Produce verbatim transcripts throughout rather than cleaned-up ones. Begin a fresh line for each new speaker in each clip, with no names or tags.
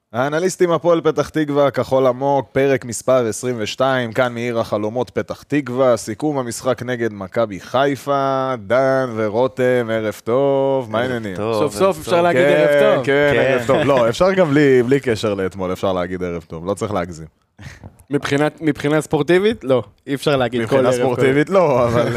האנליסטים הפועל פתח תקווה, כחול עמוק, פרק מספר עשרים ושתיים, כאן מעיר החלומות פתח תקווה, סיכום המשחק נגד מכבי חיפה, דן ורותם, ערב טוב, מה העניינים?
סוף סוף אפשר להגיד ערב טוב.
כן, ערב טוב, לא, אפשר גם בלי קשר לאתמול, אפשר להגיד ערב טוב, לא צריך להגזים.
מבחינה ספורטיבית? לא, אי אפשר להגיד כל ערב.
מבחינה ספורטיבית לא, אבל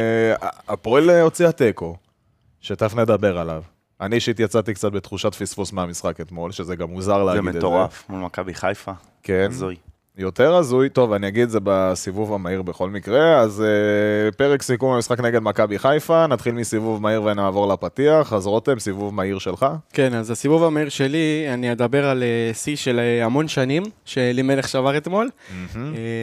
הפועל הוציאה תיקו, שתכף נדבר עליו. אני אישית יצאתי קצת בתחושת פספוס מהמשחק אתמול, שזה גם מוזר להגיד את זה.
זה מטורף, מול מכבי חיפה.
כן.
הזוי.
יותר הזוי, טוב, אני אגיד את זה בסיבוב המהיר בכל מקרה, אז uh, פרק סיכום המשחק נגד מכבי חיפה, נתחיל מסיבוב מהיר ונעבור לפתיח, אז רותם, סיבוב מהיר שלך?
כן, אז הסיבוב המהיר שלי, אני אדבר על שיא של המון שנים, שאלימלך שבר אתמול. Mm-hmm.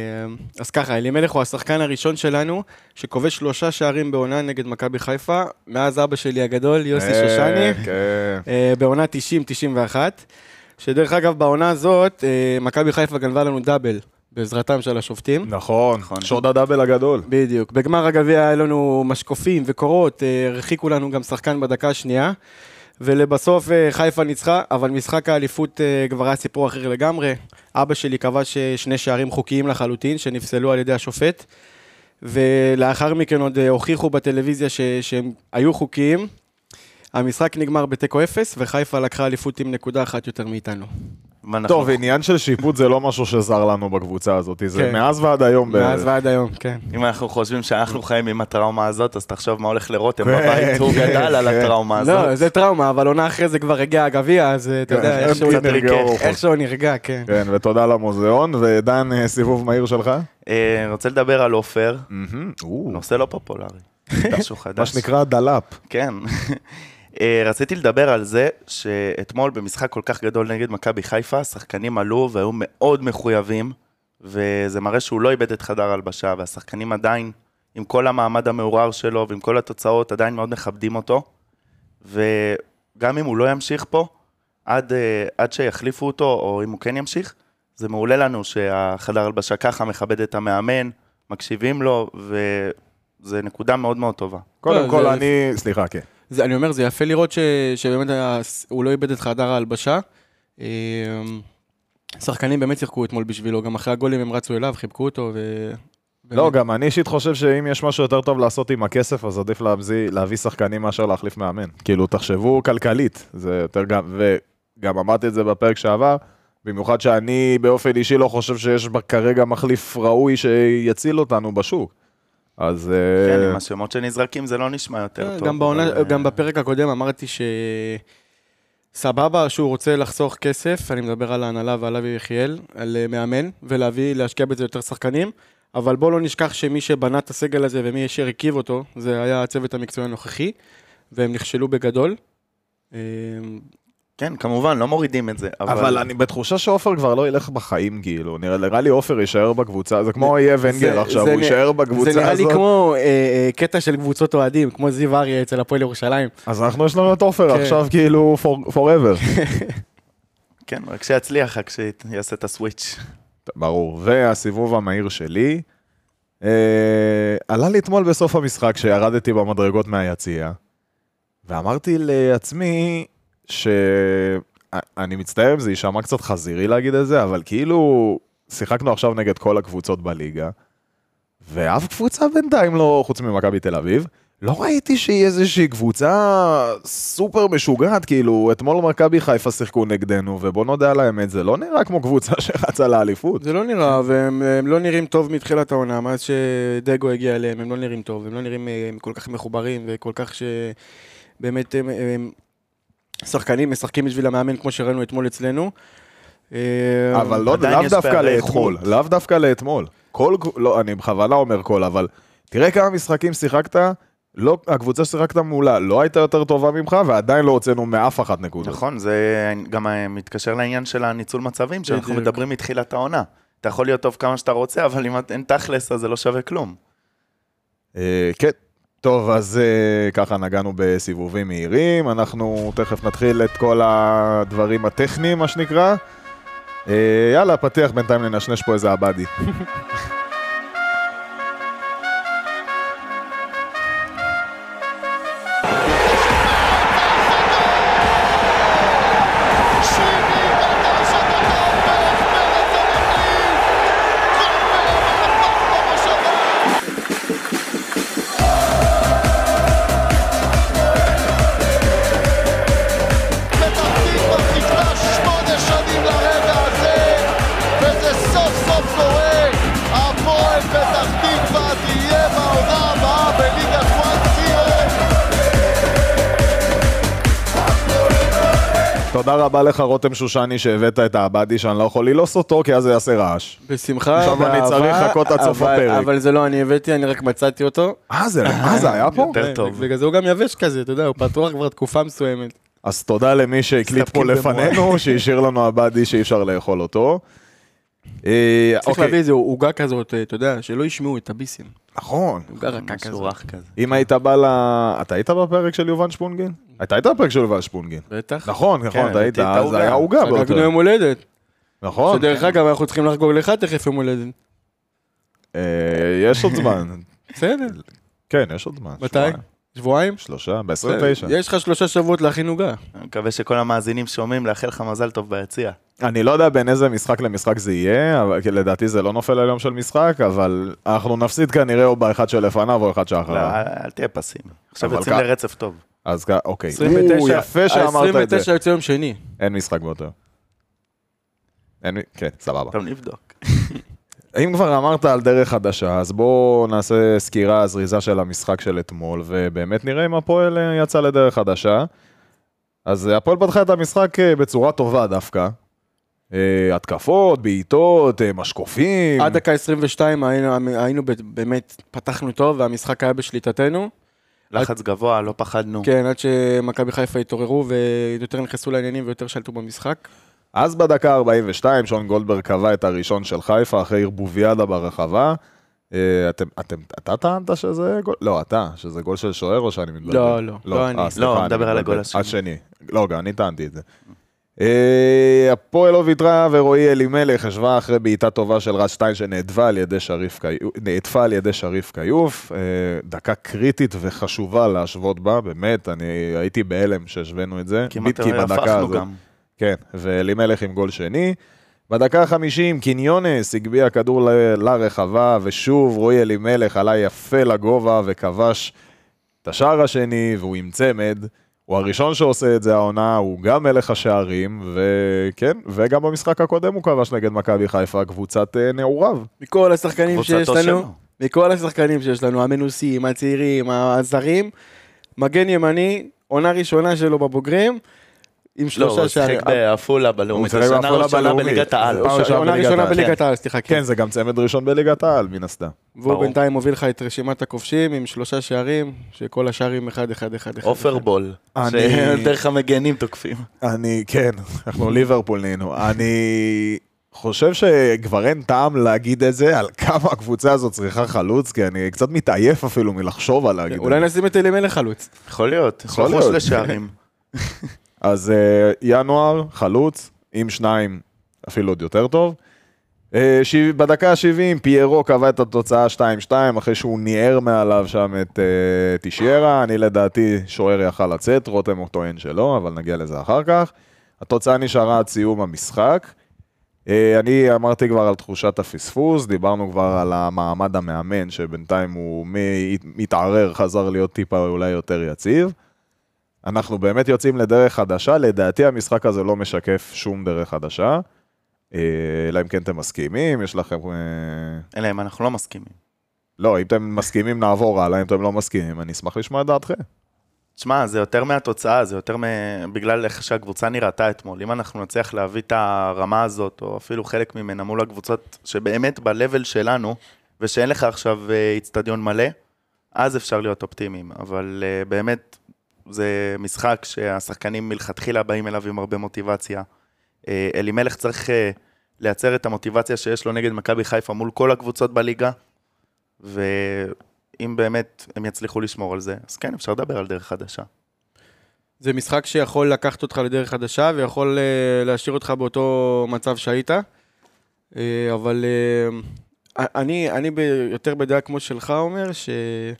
אז ככה, אלימלך הוא השחקן הראשון שלנו, שכובש שלושה שערים בעונה נגד מכבי חיפה, מאז אבא שלי הגדול, יוסי שושני,
כן.
בעונה תשעים תשעים ואחת. שדרך אגב, בעונה הזאת, מכבי חיפה גנבה לנו דאבל בעזרתם של השופטים.
נכון, שוד הדאבל הגדול.
בדיוק. בגמר הגביע היה לנו משקופים וקורות, הרחיקו לנו גם שחקן בדקה השנייה, ולבסוף חיפה ניצחה, אבל משחק האליפות כבר היה סיפור אחר לגמרי. אבא שלי כבש שני שערים חוקיים לחלוטין, שנפסלו על ידי השופט, ולאחר מכן עוד הוכיחו בטלוויזיה ש- שהם היו חוקיים, המשחק נגמר בתיקו אפס, וחיפה לקחה אליפות עם נקודה אחת יותר מאיתנו.
טוב, עניין של שיפוט זה לא משהו שזר לנו בקבוצה הזאת, זה מאז ועד היום בערך.
מאז ועד היום, כן.
אם אנחנו חושבים שאנחנו חיים עם הטראומה הזאת, אז תחשוב מה הולך לרותם בבית, הוא גדל על הטראומה הזאת.
לא, זה טראומה, אבל עונה אחרי זה כבר הגיע הגביע, אז אתה יודע, איכשהו נרגע, כן.
כן, ותודה למוזיאון, ודן, סיבוב מהיר שלך?
רוצה לדבר על אופר, נושא לא פופולרי, משהו חדש.
מה שנקרא דלאפ.
כן. רציתי לדבר על זה שאתמול במשחק כל כך גדול נגד מכבי חיפה, שחקנים עלו והיו מאוד מחויבים, וזה מראה שהוא לא איבד את חדר הלבשה, והשחקנים עדיין, עם כל המעמד המעורר שלו, ועם כל התוצאות, עדיין מאוד מכבדים אותו, וגם אם הוא לא ימשיך פה, עד, עד שיחליפו אותו, או אם הוא כן ימשיך, זה מעולה לנו שהחדר הלבשה ככה מכבד את המאמן, מקשיבים לו, וזה נקודה מאוד מאוד טובה.
קודם כל אני, סליחה, כן.
זה, אני אומר, זה יפה לראות ש, שבאמת הוא לא איבד את חדר ההלבשה. שחקנים באמת שיחקו אתמול בשבילו, גם אחרי הגולים הם רצו אליו, חיבקו אותו. ו...
לא, גם אני אישית חושב שאם יש משהו יותר טוב לעשות עם הכסף, אז עדיף להביא, להביא שחקנים מאשר להחליף מאמן. כאילו, תחשבו כלכלית, זה יותר גם, וגם אמרתי את זה בפרק שעבר, במיוחד שאני באופן אישי לא חושב שיש כרגע מחליף ראוי שיציל אותנו בשוק. אז...
כן, עם השמות שנזרקים זה לא נשמע יותר טוב.
גם בעונה, גם בפרק הקודם אמרתי שסבבה שהוא רוצה לחסוך כסף, אני מדבר על ההנהלה ועל אבי יחיאל, על מאמן, ולהביא, להשקיע בזה יותר שחקנים, אבל בוא לא נשכח שמי שבנה את הסגל הזה ומי שהרכיב אותו, זה היה הצוות המקצועי הנוכחי, והם נכשלו בגדול.
כן, כמובן, לא מורידים את זה.
אבל, אבל אני בתחושה שאופר כבר לא ילך בחיים, כאילו. נראה, נראה לי אופר יישאר בקבוצה, זה כמו יהיה ונגר עכשיו, הוא יישאר בקבוצה הזאת.
זה נראה לי כמו אה, אה, קטע של קבוצות אוהדים, כמו זיו אריה אצל הפועל ירושלים.
אז אנחנו יש לנו את אופר
כן.
עכשיו כאילו for, forever.
כן, רק שיצליח, רק שיעשה את הסוויץ'.
ברור, והסיבוב המהיר שלי, אה, עלה לי אתמול בסוף המשחק שירדתי במדרגות מהיציאה, ואמרתי לעצמי, שאני מצטער אם זה יישמע קצת חזירי להגיד את זה, אבל כאילו שיחקנו עכשיו נגד כל הקבוצות בליגה, ואף קבוצה בינתיים לא, חוץ ממכבי תל אביב, לא ראיתי שהיא איזושהי קבוצה סופר משוגעת, כאילו אתמול מכבי חיפה שיחקו נגדנו, ובוא נודע להם את זה, לא נראה כמו קבוצה שרצה לאליפות.
זה לא נראה, והם לא נראים טוב מתחילת העונה, מאז שדגו הגיע אליהם, הם לא נראים טוב, הם לא נראים כל כך מחוברים, וכל כך שבאמת הם... הם... שחקנים משחקים בשביל המאמן כמו שראינו אתמול אצלנו.
אבל לאו דווקא לאתמול, לאו דווקא לאתמול. כל, לא, אני בכוונה אומר כל, אבל תראה כמה משחקים שיחקת, לא, הקבוצה ששיחקת מולה לא הייתה יותר טובה ממך, ועדיין לא הוצאנו מאף אחת נקודות.
נכון, זה גם מתקשר לעניין של הניצול מצבים, שאנחנו מדברים מתחילת העונה. אתה יכול להיות טוב כמה שאתה רוצה, אבל אם אין תכלס, אז זה לא שווה כלום.
כן. טוב, אז uh, ככה נגענו בסיבובים מהירים, אנחנו תכף נתחיל את כל הדברים הטכניים, מה שנקרא. Uh, יאללה, פתיח, בינתיים לנשנש פה איזה עבדי. תודה רבה לך רותם שושני שהבאת את העבדי שאני לא יכול ללוס אותו כי אז זה יעשה רעש.
בשמחה,
עכשיו אני צריך לחכות עד סוף הפרק.
אבל זה לא אני הבאתי, אני רק מצאתי אותו.
אה, זה מה זה היה פה?
יותר טוב.
בגלל זה הוא גם יבש כזה, אתה יודע, הוא פתוח כבר תקופה מסוימת.
אז תודה למי שהקליט פה לפנינו, שהשאיר לנו עבדי שאי אפשר לאכול אותו.
צריך להביא איזה עוגה כזאת, אתה יודע, שלא ישמעו את הביסים.
נכון.
עוגה רכה כזאת.
אם היית בא ל... אתה היית בפרק של יובן שפונגין? אתה היית בפרק של יובן שפונגין.
בטח.
נכון, נכון, אתה היית, אז היה עוגה באותו.
חגגנו יום הולדת.
נכון.
שדרך אגב, אנחנו צריכים לחגוג לך תכף יום הולדת.
יש עוד זמן.
בסדר.
כן, יש עוד זמן.
מתי? שבועיים?
שלושה, ב-עשרים ותשע.
יש לך שלושה שבועות להכין עוגה.
אני מקווה שכל המאזינים שומעים לאחל לך מזל טוב ביציע.
אני לא יודע בין איזה משחק למשחק זה יהיה, אבל לדעתי זה לא נופל על יום של משחק, אבל אנחנו נפסיד כנראה או באחד שלפניו או אחד שאחריו.
אל תהיה פסימי. עכשיו יוצאים לרצף טוב.
אז אוקיי.
עשרים ותשע,
יפה שאמרת את זה.
עשרים ותשע יוצא יום שני.
אין משחק באותו. אין, כן, סבבה.
טוב, נבדוק.
אם כבר אמרת על דרך חדשה, אז בואו נעשה סקירה זריזה של המשחק של אתמול, ובאמת נראה אם הפועל יצא לדרך חדשה. אז הפועל פתחה את המשחק בצורה טובה דווקא. התקפות, בעיטות, משקופים.
עד דקה עשרים ושתיים היינו, היינו באמת, פתחנו טוב, והמשחק היה בשליטתנו.
לחץ גבוה, לא פחדנו.
כן, עד שמכבי חיפה התעוררו ויותר נכנסו לעניינים ויותר שלטו במשחק.
אז בדקה ארבעים ושתיים, שון גולדברג קבע את הראשון של חיפה אחרי ערבוביאדה ברחבה. אתם, אתם, אתה טענת שזה גול? לא, אתה, שזה גול של שוער או שאני מדבר?
לא, לא, לא אני.
לא, מדבר על הגול השני.
השני. לא, גם אני טענתי את זה. הפועל לא ויתרה ורועי אלימלך השווה אחרי בעיטה טובה של רז שטיין שנעטפה על ידי שריף קיוף, נעטפה על ידי שריף קיוף, דקה קריטית וחשובה להשוות בה, באמת, אני הייתי בהלם שהשווינו את זה.
כמעט הפכנו גם.
כן, ואלימלך עם גול שני. בדקה ה-חמישים, קיניונס הגביע כדור ל- לרחבה, ושוב רועי אלימלך עלה יפה לגובה וכבש את השער השני, והוא עם צמד. הוא הראשון שעושה את זה העונה, הוא גם מלך השערים, וכן, וגם במשחק הקודם הוא כבש נגד מכבי חיפה, קבוצת נעוריו.
מכל השחקנים שיש לנו, מכל השחקנים שיש לנו, המנוסים, הצעירים, הזרים, מגן ימני, עונה ראשונה שלו בבוגרים, עם שלושה שערים.
לא, הוא שחק בעפולה בלאומית,
הוא שחק בעפולה
בליגת העל.
עונה ראשונה בליגת העל, סליחה.
כן, זה גם צמד ראשון בליגת העל, מן הסתם.
והוא בינתיים מוביל לך את רשימת הכובשים עם שלושה שערים, שכל השערים אחד, אחד, אחד, אחד.
אופרבול, שדרך המגנים תוקפים.
אני, כן, אנחנו ליברפול נהיינו. אני חושב שכבר אין טעם להגיד את זה, על כמה הקבוצה הזאת צריכה חלוץ, כי אני קצת מתעייף אפילו מלחשוב על להגיד את זה.
אולי נשים את אלימלך חלוץ.
יכול להיות, חלוץ לשערים.
אז ינואר, חלוץ, עם שניים, אפילו עוד יותר טוב. בדקה ה-שבעים, פיירו קבע את התוצאה שתיים שתיים, אחרי שהוא ניער מעליו שם את תשיירה. אני לדעתי שוער יכל לצאת, רותם הוא טוען שלא, אבל נגיע לזה אחר כך. התוצאה נשארה עד סיום המשחק. אני אמרתי כבר על תחושת הפספוס, דיברנו כבר על המעמד המאמן, שבינתיים הוא מתערער, חזר להיות טיפה אולי יותר יציב. אנחנו באמת יוצאים לדרך חדשה, לדעתי המשחק הזה לא משקף שום דרך חדשה, אלא אם כן אתם מסכימים, יש לכם...
אלא אם אנחנו לא מסכימים.
לא, אם אתם מסכימים נעבור הלאה, אם אתם לא מסכימים, אני אשמח לשמוע את דעתכם.
תשמע, זה יותר מהתוצאה, זה יותר בגלל איך שהקבוצה נראתה אתמול. אם אנחנו נצליח להביא את הרמה הזאת, או אפילו חלק ממנה מול הקבוצות שבאמת בלבל שלנו, ושאין לך עכשיו אצטדיון מלא, אז אפשר להיות אופטימיים. אבל באמת זה משחק שהשחקנים מלכתחילה באים אליו עם הרבה מוטיבציה. אלימלך צריך לייצר את המוטיבציה שיש לו נגד מכבי חיפה מול כל הקבוצות בליגה, ואם באמת הם יצליחו לשמור על זה, אז כן, אפשר לדבר על דרך חדשה.
זה משחק שיכול לקחת אותך לדרך חדשה, ויכול להשאיר אותך באותו מצב שהיית, אבל אני, אני יותר בדעה כמו שלך אומר, ש...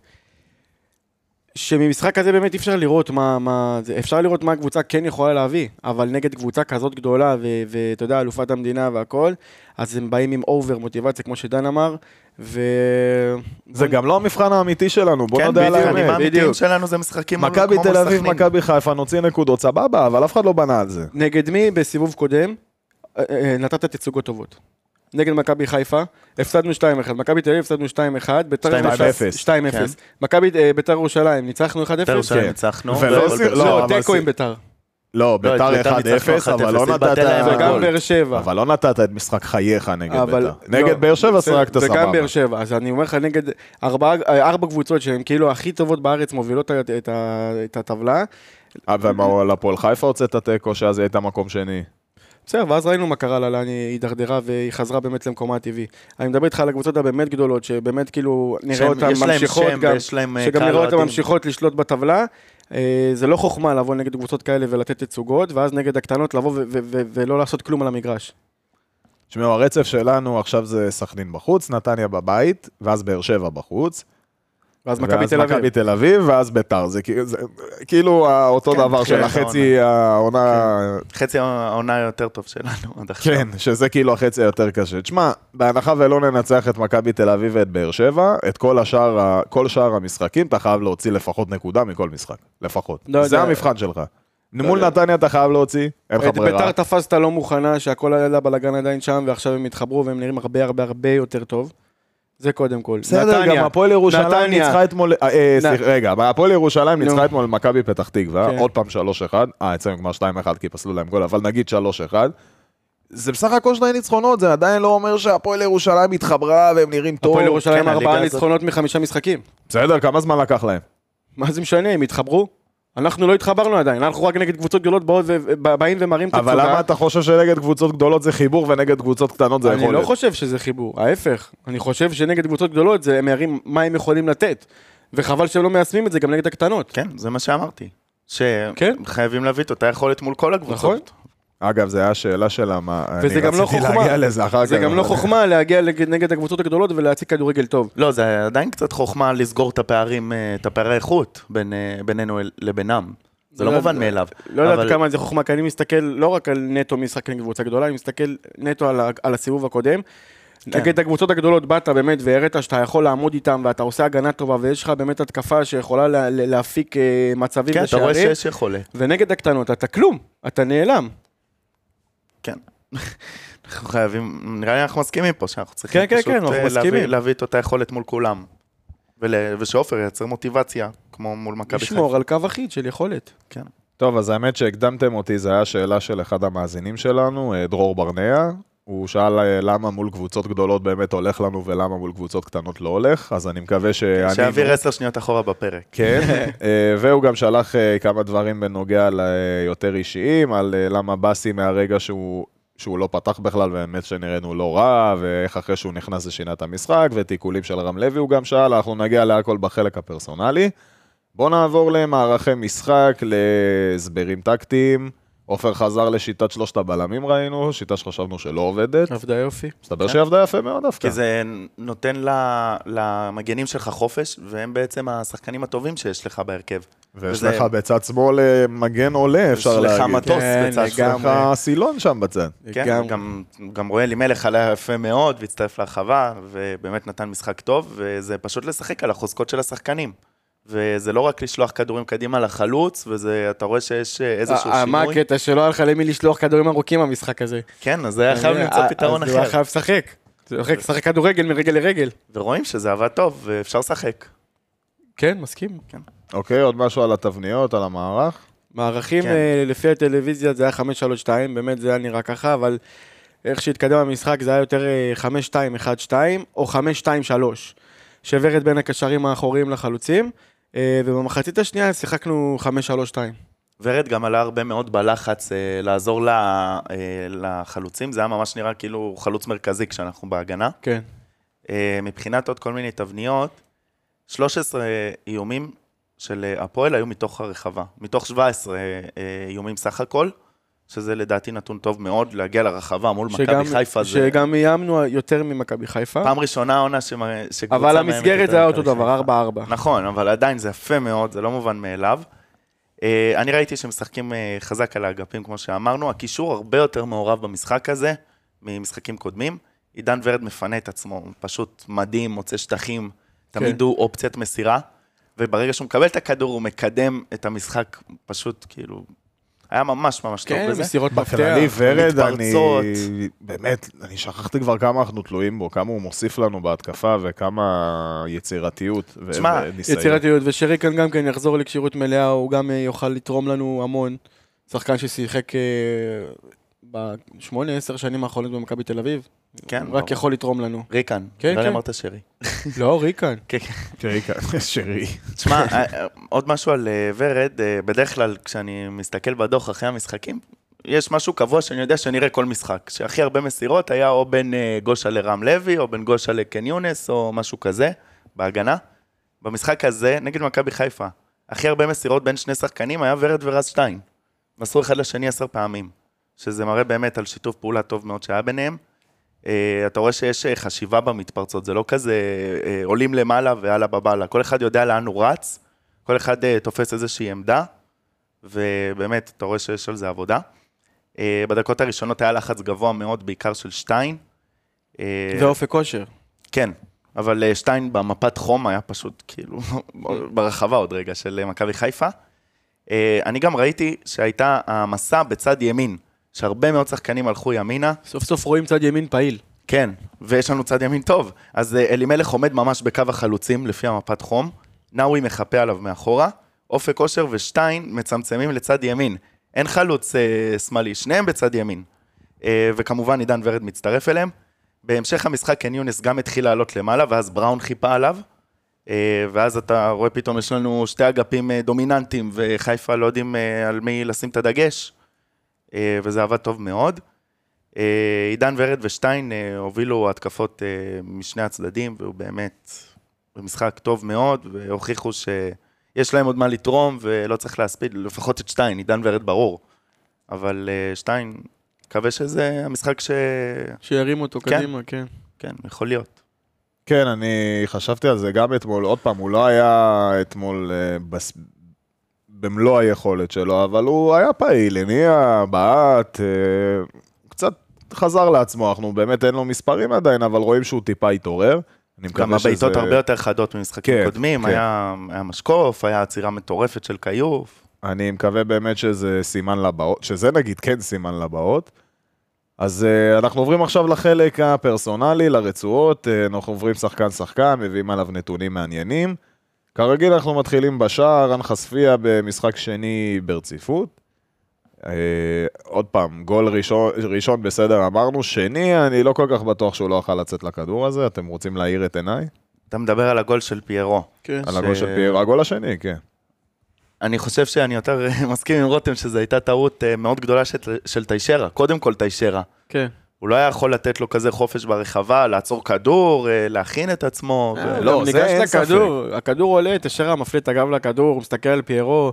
שממשחק הזה באמת אפשר לראות מה, מה, אפשר לראות מה הקבוצה כן יכולה להביא, אבל נגד קבוצה כזאת גדולה, ואתה יודע, אלופת המדינה והכל, אז הם באים עם אובר מוטיבציה, כמו שדן אמר, ו...
זה גם לא המבחן האמיתי שלנו, בוא נדע על האמת.
כן, בדיוק, האמיתיים שלנו זה משחקים כמו
מכבי תל אביב, מכבי חיפה, נוציא נקודות, סבבה, אבל אף אחד לא בנה על זה.
נגד מי בסיבוב קודם, נתת תצוגות טובות. נגד מכבי חיפה, הפסדנו שתיים אחד, מכבי תל אביב הפסדנו שתיים אחד, שתיים אפס. מכבי ביתר ירושלים, ניצחנו אחד אפס.
ביתר ירושלים ניצחנו.
לא, תיקו עם ביתר.
לא, ביתר
ביתר
אחד אפס,
ניצחנו
אבל
אחת
לא
אפס,
נתת...
התבטל להם
וגם
הגול.
באר שבע.
אבל לא נתת את משחק חייך נגד
אבל-
ביתר.
לא,
נגד באר שבע
בסדר,
סרקת סבבה.
וגם באר שבע, אז אני אומר לך, נגד ארבע, ארבע קבוצות שהן כאילו הכי טובות בארץ, מובילות את, את, ה- את הטבלה.
ומה, לפועל חיפה הוצאת תיקו, שאז היא הייתה מקום שני.
בסדר, ואז ראינו מה קרה לה, לאן היא הידרדרה והיא חזרה באמת למקומה הטבעי. אני מדבר איתך על הקבוצות הבאמת גדולות, שבאמת כאילו נראה
שהם-
אותן
יש להם
ממשיכות
שם
גם,
ויש להם, אה,
שגם
קהל
נראה אותן
אוהדים.
ממשיכות לשלוט בטבלה. אה, זה לא חוכמה לבוא נגד קבוצות כאלה ולתת תצוגות, ואז נגד הקטנות לבוא ו- ו- ו- ולא לעשות כלום על המגרש.
תשמעו, הרצף שלנו עכשיו זה סכנין בחוץ, נתניה בבית, ואז באר שבע בחוץ.
ואז מכבי
ואז
תל אביב.
מכבי תל אביב, ואז ביתר. זה כאילו- זה כאילו אותו
כן,
דבר של
כן,
החצי העונה...
חצי העונה יותר טוב שלנו עד עכשיו.
כן, שזה כאילו החצי היותר קשה. תשמע, בהנחה ולא ננצח את מכבי תל אביב ואת באר שבע, את כל השאר, ה- כל שאר המשחקים, אתה חייב להוציא לפחות נקודה מכל משחק. לפחות.
לא
זה
יודע.
המבחן שלך. מול נתניה אתה חייב להוציא, אין לך
את
ברירה.
ביתר תפסת לא מוכנה, שהכל היה לבלגן עדיין שם, ועכשיו הם התחברו והם נראים הרבה הרבה הרבה יותר טוב. זה קודם כל.
בסדר, גם הפועל ירושלים
נתניה.
ניצחה אתמול, אה, אה,
נ-
סליחה, רגע, הפועל ירושלים
נו.
ניצחה אתמול מכבי פתח תקווה,
כן.
עוד פעם שלוש אחד, אה, אצלנו כבר שתיים אחד כי פסלו להם גול, אבל נגיד שלוש אחד. זה בסך הכל שני ניצחונות, זה עדיין לא אומר שהפועל ירושלים התחברה והם נראים טוב.
הפועל ירושלים
כן,
ארבעה
הליגה הזאת-
ניצחונות מחמישה משחקים.
בסדר, כמה זמן לקח להם?
מה זה משנה, הם התחברו? אנחנו לא התחברנו עדיין, אנחנו רק נגד קבוצות גדולות באות ובאים ומראים תצוגה.
אבל למה אתה חושב שנגד קבוצות גדולות זה חיבור ונגד קבוצות קטנות זה
אני
יכולת?
לא חושב שזה חיבור, ההפך. אני חושב שנגד קבוצות גדולות זה הם מראים מה הם יכולים לתת. וחבל שהם לא מיישמים את זה גם נגד הקטנות.
כן, זה מה שאמרתי.
כן.
שחייבים להביא את אותה יכולת מול כל הקבוצות.
נכון.
אגב, זה היה שאלה של המה...
וזה גם לא חוכמה.
אני רציתי להגיע לזה אחר כך.
זה גם לא
אבל-
חוכמה להגיע נגד נגד הקבוצות הגדולות ולהציג כדורגל טוב.
לא, זה עדיין קצת חוכמה לסגור את הפערים, אה, את הפערי איכות בין, אה, בינינו אל- לבינם. זה לא
לא-
מובן מאליו.
לא יודעת
אבל-
כמה זה חוכמה, כי אני מסתכל לא רק על נטו משחק נגד קבוצה גדולה, אני מסתכל נטו על ה- על הסיבוב הקודם. נגד הקבוצות הגדולות באת באמת והראית שאתה יכול לעמוד איתם ואתה עושה הגנה טובה ויש לך באמת התקפה שיכולה לה- לה- להפיק אה, מצבים
כן, אתה רואה
ושערים.
שיש יכולת.
ונגד הקטנות אתה כלום, אתה נעלם.
כן. אנחנו חייבים, נראה לי אנחנו מסכימים פה, שאנחנו צריכים
כן, כן,
פשוט
כן, אנחנו
אה, להביא-
מסכימים.
להביא את אותה יכולת מול כולם. ול- ושעופר ייצר מוטיבציה, כמו מול מכבי חיפה.
לשמור על קו אחיד של יכולת.
כן.
טוב, אז האמת שהקדמתם אותי, זו הייתה שאלה של אחד המאזינים שלנו, אה, דרור ברנע. הוא שאל אה, למה מול קבוצות גדולות באמת הולך לנו ולמה מול קבוצות קטנות לא הולך, אז אני מקווה שענינו.
שיעביר עשר שניות אחורה בפרק.
כן, אה, והוא גם שלח אה, כמה דברים בנוגע ליותר אישיים, על אה, למה באסי מהרגע שהוא, שהוא לא פתח בכלל, ובאמת שנראינו לא רע, ואיך אחרי שהוא נכנס זה שינה את המשחק, ותיקולים של רם לוי הוא גם שאל, אנחנו נגיע להכל בחלק הפרסונלי. בואו נעבור למערכי משחק, להסברים טקטיים. עופר חזר לשיטת שלושת הבלמים ראינו, שיטה שחשבנו שלא עובדת.
עבדה יופי.
מסתבר שהיא עבדה יפה מאוד דווקא.
כי זה נותן ל- למגנים שלך חופש, והם בעצם השחקנים הטובים שיש לך בהרכב.
ויש
וזה-
לך בצד שמאל אה, מגן עולה, אפשר
יש לך
להגיד.
מטוס
כן,
בצד
יש לך
לגמרי.
סילון שם בצד.
כן,
גם-
גם, גם רואה אלימלך עלה יפה מאוד, והצטרף להרחבה, ובאמת נתן משחק טוב, וזה פשוט לשחק על החוזקות של השחקנים. וזה לא רק לשלוח כדורים קדימה לחלוץ, ואתה רואה שיש איזשהו
אה, מה
שינוי.
הקטע שלא היה לך למי לשלוח כדורים ארוכים במשחק הזה?
כן, אז זה היה חייב למצוא
אה,
פתרון
אז הוא היה
אחר.
חייב לשחק. לשחק לשחק כדורגל מרגל לרגל.
ורואים שזה עבד טוב, ואפשר לשחק.
כן, מסכים.
אוקיי, עוד משהו על התבניות, על המערך?
מערכים
כן.
אה, לפי הטלוויזיה זה היה חמש שלוש שתיים, באמת זה היה נראה ככה, אבל איך שהתקדם המשחק זה היה יותר אה, חמש שתיים אחת שתיים או חמש שתיים שלוש, שברת בין הקשרים האחוריים לחלוצים, אה, ובמחצית השנייה שיחקנו חמש שלוש שתיים.
ורד גם עלה הרבה מאוד בלחץ אה, לעזור ל- אה, לחלוצים, זה היה ממש נראה כאילו חלוץ מרכזי כשאנחנו בהגנה.
כן.
אה, מבחינת עוד כל מיני תבניות, שלוש עשרה איומים של אה, הפועל היו מתוך הרחבה, מתוך שבע עשרה אה, איומים סך הכל, שזה לדעתי נתון טוב מאוד, להגיע לרחבה מול מכבי
שגם-
חיפה. זה
שגם איימנו יותר ממכבי חיפה,
פעם ראשונה העונה שמ- שקבוצה
אבל
מאיימת
המסגרת
יותר
זה היה אותו
ממכבי
דבר,
חיפה.
ארבע ארבע.
נכון, אבל עדיין זה יפה מאוד, זה לא מובן מאליו. אה, אני ראיתי שמשחקים אה, חזק על האגפים, כמו שאמרנו, הקישור הרבה יותר מעורב במשחק הזה, ממשחקים קודמים. עידן ורד מפנה את עצמו, הוא פשוט מדהים, מוצא שטחים, תמיד הוא אופציית מסירה, וברגע שהוא מקבל את הכדור, הוא מקדם את המשחק, פשוט כאילו, היה ממש ממש טוב
כן,
בזה.
מסירות מפתח.
בכללי ורד, אני
מתפרצות.
באמת, אני שכחתי כבר כמה אנחנו תלויים בו, כמה הוא מוסיף לנו בהתקפה וכמה יצירתיות ו-
תשמע,
וניסיון.
יצירתיות, ושריקן גם כן יחזור לכשירות מלאה, הוא גם אה, יוכל לתרום לנו המון. שחקן ששיחק בשמונה, עשר שנים האחרונות במכבי תל אביב.
כן.
רק יכול לתרום לנו.
ריקן.
כן,
לא
כן.
אמרת שרי.
לא, ריקן.
כן, כן.
ריקן, שרי.
תשמע, עוד משהו על ורד, בדרך כלל כשאני מסתכל בדוח אחרי המשחקים, יש משהו קבוע שאני יודע שאני אראה כל משחק, שהכי הרבה מסירות היה או בין גושה לרם לוי, או בין גושה לקן יונס, או משהו כזה, בהגנה. במשחק הזה, נגד מכבי חיפה, הכי הרבה מסירות בין שני שחקנים היה ורד ורז שטיין. מסרו אחד לשני עשר פעמים, שזה מראה באמת על שיתוף פעולה טוב מאוד שהיה ביניהם. אתה רואה שיש חשיבה במתפרצות, זה לא כזה עולים למעלה ועלה בבעלה, כל אחד יודע לאן הוא רץ, כל אחד תופס איזושהי עמדה, ובאמת אתה רואה שיש על זה עבודה. בדקות הראשונות היה לחץ גבוה מאוד, בעיקר של שטיין.
ואופק כושר.
כן, אבל שטיין במפת חום היה פשוט כאילו ברחבה עוד רגע של מכבי חיפה. אני גם ראיתי שהייתה המסע בצד ימין, שהרבה מאוד שחקנים הלכו ימינה.
סוף סוף רואים צד ימין פעיל.
כן, ויש לנו צד ימין טוב. אז אלימלך עומד ממש בקו החלוצים לפי המפת חום, נאווי מחפה עליו מאחורה, אופק כושר ושטיין מצמצמים לצד ימין. אין חלוץ אה, שמאלי, שניהם בצד ימין. אה, וכמובן עידן ורד מצטרף אליהם. בהמשך המשחק קן יונס גם התחיל לעלות למעלה, ואז בראון חיפה עליו. אה, ואז אתה רואה פתאום יש לנו שתי אגפים אה, דומיננטיים, וחיפה לא יודעים אה, על מי לשים את הדגש. אה, וזה עבד טוב מאוד. אה, עידן ורד ושטיין אה, הובילו התקפות אה, משני הצדדים, והוא באמת במשחק טוב מאוד, והוכיחו ש... יש להם עוד מה לתרום, ולא צריך להספיד, לפחות את שטיין, עידן ורד ברור. אבל שטיין, מקווה שזה המשחק ש...
שירים אותו
כן.
קדימה, כן.
כן, יכול להיות.
כן, אני חשבתי על זה גם אתמול, עוד פעם, הוא לא היה אתמול בס... במלוא היכולת שלו, אבל הוא היה פעיל, הניע, בעט, קצת חזר לעצמו, אנחנו באמת אין לו מספרים עדיין, אבל רואים שהוא טיפה התעורר.
גם הבעיטות הרבה יותר חדות ממשחקים
כן,
קודמים,
כן.
היה, היה משקוף, היה עצירה מטורפת של קיוף.
אני מקווה באמת שזה סימן לבאות, שזה נגיד כן סימן לבאות. אז uh, אנחנו עוברים עכשיו לחלק הפרסונלי, לרצועות, uh, אנחנו עוברים שחקן שחקן, מביאים עליו נתונים מעניינים. כרגיל אנחנו מתחילים בשער, רן חשפיה במשחק שני ברציפות. Uh, עוד פעם, גול ראשון, ראשון בסדר אמרנו, שני אני לא כל כך בטוח שהוא לא יכול לצאת לכדור הזה, אתם רוצים להאיר את עיניי?
אתה מדבר על הגול של פיירו.
כן.
על הגול של פיירו, הגול השני, כן.
אני חושב שאני יותר מסכים עם רותם שזו הייתה טעות מאוד גדולה של, של תיישרה, קודם כל תיישרה.
כן.
הוא לא היה יכול לתת לו כזה חופש ברחבה, לעצור כדור, להכין את עצמו. ו...
לא, זה אין ספק.
לכדור, הכדור עולה, תיישרה מפלה את הגב לכדור, הוא מסתכל על פיירו,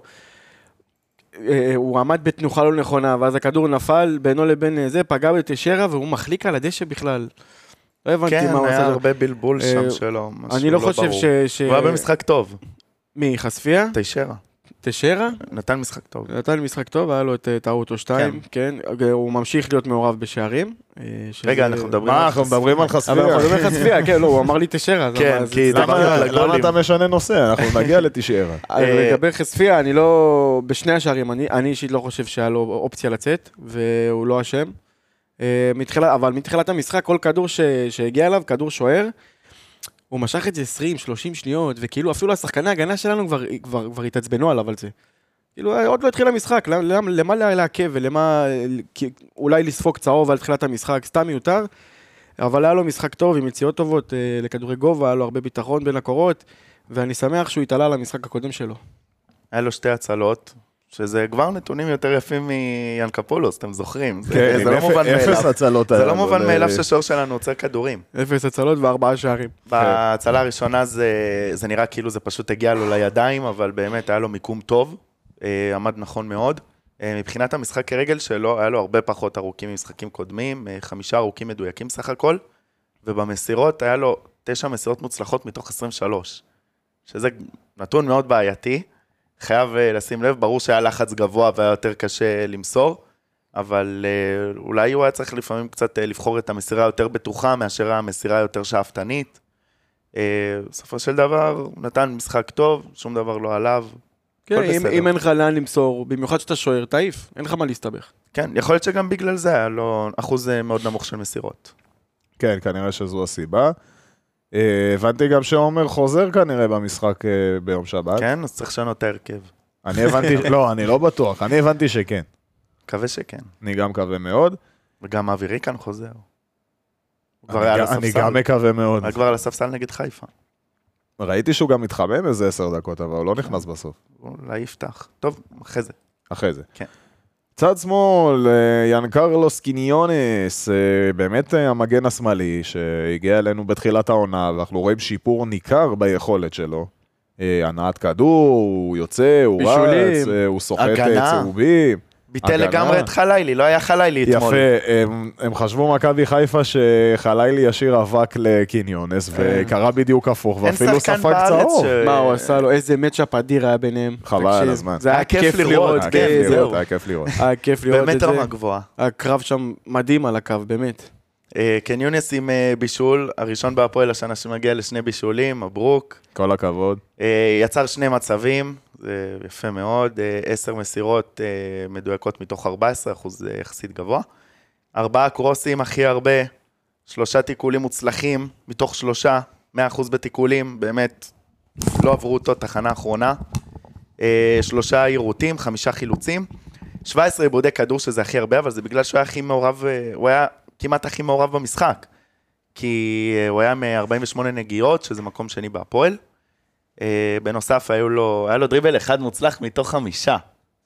הוא עמד בתנוחה לא נכונה, ואז הכדור נפל בינו לבין זה, פגע בתיישרה, והוא מחליק על הדשא בכלל. לא הבנתי
כן,
מה הוא עשה.
כן, היה הרבה בלבול שם שלו,
אני לא חושב ש... ש...
הוא היה במשחק טוב.
מי, חשפיה?
תיישרה.
תיישרה?
נתן משחק טוב.
נתן משחק טוב, היה לו את טעות או שתיים, כן. הוא ממשיך להיות מעורב בשערים.
רגע, אנחנו מדברים
מה,
על
אנחנו מדברים על חשפיה.
אבל אנחנו מדברים על חשפיה, כן, לא, הוא אמר לי תיישרה.
כן, כי
למה אתה משנה נושא? אנחנו נגיע לתשערה.
לגבי חשפיה, אני לא... בשני השערים, אני אישית לא חושב שהיה לו אופציה לצאת, והוא לא אשם. אבל מתחילת המשחק, כל כדור שהגיע אליו, כדור שוער, הוא משך את זה עשרים שלושים שניות, וכאילו אפילו השחקני ההגנה שלנו כבר, כבר, כבר התעצבנו עליו על זה. כאילו, עוד לא התחיל המשחק, למה, למה להעכב ולמה, אולי לספוג צהוב על תחילת המשחק, סתם מיותר, אבל היה לו משחק טוב עם יציאות טובות לכדורי גובה, היה לו הרבה ביטחון בין הקורות, ואני שמח שהוא התעלה למשחק הקודם שלו.
היה לו שתי הצלות, שזה כבר נתונים יותר יפים מיאנקפולוס, אתם זוכרים?
כן,
זה לא מובן מאליו. זה לא מובן מאליו ששור שלנו עוצר כדורים.
אפס הצלות וארבעה שערים.
בהצלה הראשונה זה נראה כאילו זה פשוט הגיע לו לידיים, אבל באמת היה לו מיקום טוב, עמד נכון מאוד. מבחינת המשחק כרגל שלו, היה לו הרבה פחות ארוכים ממשחקים קודמים, חמישה ארוכים מדויקים סך הכל, ובמסירות היה לו תשע מסירות מוצלחות מתוך עשרים ושלוש, שזה נתון מאוד בעייתי. חייב לשים לב, ברור שהיה לחץ גבוה והיה יותר קשה למסור, אבל אולי הוא היה צריך לפעמים קצת לבחור את המסירה יותר בטוחה, מאשר המסירה יותר שאפתנית. בסופו של דבר, הוא נתן משחק טוב, שום דבר לא עליו.
כן, אם, אם אין לך לאן למסור, במיוחד שאתה שוער, תעיף, אין לך מה להסתבך.
כן, יכול להיות שגם בגלל זה היה לו אחוז מאוד נמוך של מסירות.
כן, כנראה שזו הסיבה. הבנתי גם שעומר חוזר כנראה במשחק ביום שבת.
כן, אז צריך לשנות את ההרכב.
אני הבנתי, לא, אני לא בטוח, אני הבנתי שכן.
מקווה שכן.
אני גם מקווה מאוד.
וגם אווירי כאן חוזר.
אני גם מקווה מאוד.
היה כבר על הספסל נגד חיפה.
ראיתי שהוא גם מתחמם איזה עשר דקות, אבל הוא לא נכנס בסוף.
אולי יפתח. טוב, אחרי זה.
אחרי זה.
כן.
צד שמאל, ינקרלוס קיניונס, באמת המגן השמאלי שהגיע אלינו בתחילת העונה, ואנחנו רואים שיפור ניכר ביכולת שלו. הנעת כדור, הוא יוצא, הוא רץ, הוא סוחט צהובים.
ביטל לגמרי את חלילי, לא היה חלילי אתמול.
יפה, הם, הם חשבו מכבי חיפה שחלילי ישיר אבק לקיניונס, וקרה בדיוק הפוך, ואפילו ספק צהוב.
ש... מה הוא עשה לו, איזה מצ'אפ אדיר היה ביניהם.
חבל על הזמן.
זה היה כיף לראות,
היה כיף לראות, היה כיף לראות.
היה כיף לראות את זה.
באמת רמה גבוהה.
הקרב שם מדהים על הקו, באמת.
קיניונס עם בישול, הראשון בהפועל השנה שמגיע לשני בישולים, מברוק.
כל הכבוד.
יצר שני מצבים. זה יפה מאוד, עשר מסירות מדויקות מתוך ארבע עשרה אחוז, זה יחסית גבוה. ארבעה קרוסים הכי הרבה, שלושה תיקולים מוצלחים, מתוך שלושה, מאה אחוז בתיקולים, באמת לא עברו אותו תחנה האחרונה. שלושה עירותים, חמישה חילוצים, שבע עשרה עיבודי כדור שזה הכי הרבה, אבל זה בגלל שהוא היה הכי מעורב, הוא היה כמעט הכי מעורב במשחק, כי הוא היה מ-ארבעים ושמונה נגיעות, שזה מקום שני בהפועל. בנוסף, היה לו, היה לו דריבל אחד מוצלח מתוך חמישה,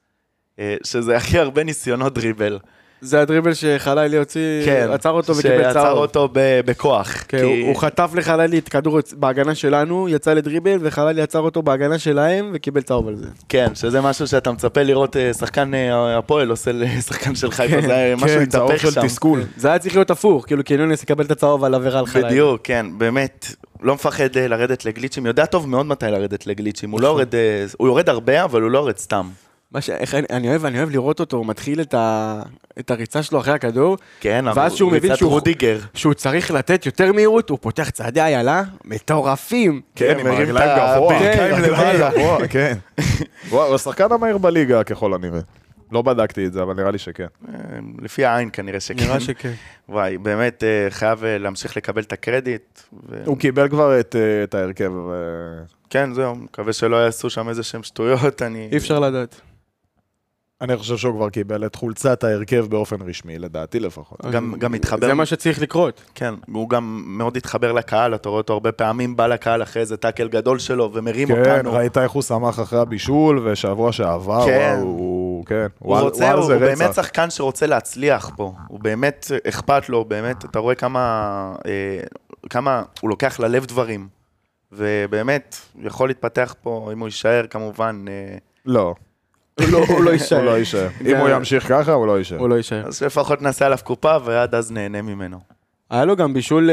שזה הכי הרבה ניסיונות דריבל.
זה הדריבל שחלילי הוציא,
כן,
עצר אותו וקיבל צהוב.
שעצר אותו בכוח.
כן, כי... הוא, הוא חטף לחלילי את כדור בהגנה שלנו, יצא לדריבל, וחלילי עצר אותו בהגנה שלהם, וקיבל צהוב על זה.
כן, שזה משהו שאתה מצפה לראות שחקן הפועל עושה לשחקן של חיפה, זה היה משהו
כן,
התהפך שם.
של תסכול.
זה היה צריך להיות הפוך, כאילו קיניונס יקבל את הצהוב על עבירה על חלילי.
בדיוק, כן, באמת, לא מפחד לרדת לגליצ'ים, יודע טוב מאוד מתי לרדת לגליצ'ים, הוא לא יורד, הוא יורד הרבה, אבל הוא לא יורד סתם.
מה ש... אני אוהב, אני אוהב לראות אותו, הוא מתחיל את, ה... את הריצה שלו אחרי הכדור,
כן,
ואז שהוא מבין שהוא...
רודיגר.
שהוא צריך לתת יותר מהירות, הוא פותח צעדי איילה, מטורפים.
כן, עם הרגליים גבוה. כן, כן. הוא השחקן המהיר בליגה ככל הנראה. לא בדקתי את זה, אבל נראה לי שכן.
לפי העין כנראה שכן.
נראה שכן.
וואי, באמת חייב להמשיך לקבל את הקרדיט.
הוא קיבל כבר את ההרכב.
כן, זהו, מקווה שלא יעשו שם איזה שהם שטויות, אני...
אי אפשר לדעת.
אני חושב שהוא כבר קיבל את חולצת ההרכב באופן רשמי, לדעתי לפחות.
גם, גם התחבר...
זה מה שצריך לקרות.
כן, הוא גם מאוד התחבר לקהל, אתה רואה אותו הרבה פעמים, בא לקהל אחרי איזה טאקל גדול שלו, ומרים
כן,
אותנו.
כן, ראית איך הוא שמח אחרי הבישול, ושבוע שעבר,
כן.
הוא, כן,
הוא, הוא, רוצה, הוא, הוא באמת שחקן שרוצה להצליח פה, הוא באמת אכפת לו, באמת, אתה רואה כמה, אה, כמה הוא לוקח ללב דברים, ובאמת, יכול להתפתח פה, אם הוא יישאר כמובן... אה,
לא.
הוא לא יישאר.
הוא לא יישאר. אם הוא ימשיך ככה, הוא לא יישאר.
הוא לא יישאר.
אז לפחות נעשה עליו קופה, ועד אז נהנה ממנו.
היה לו גם בישול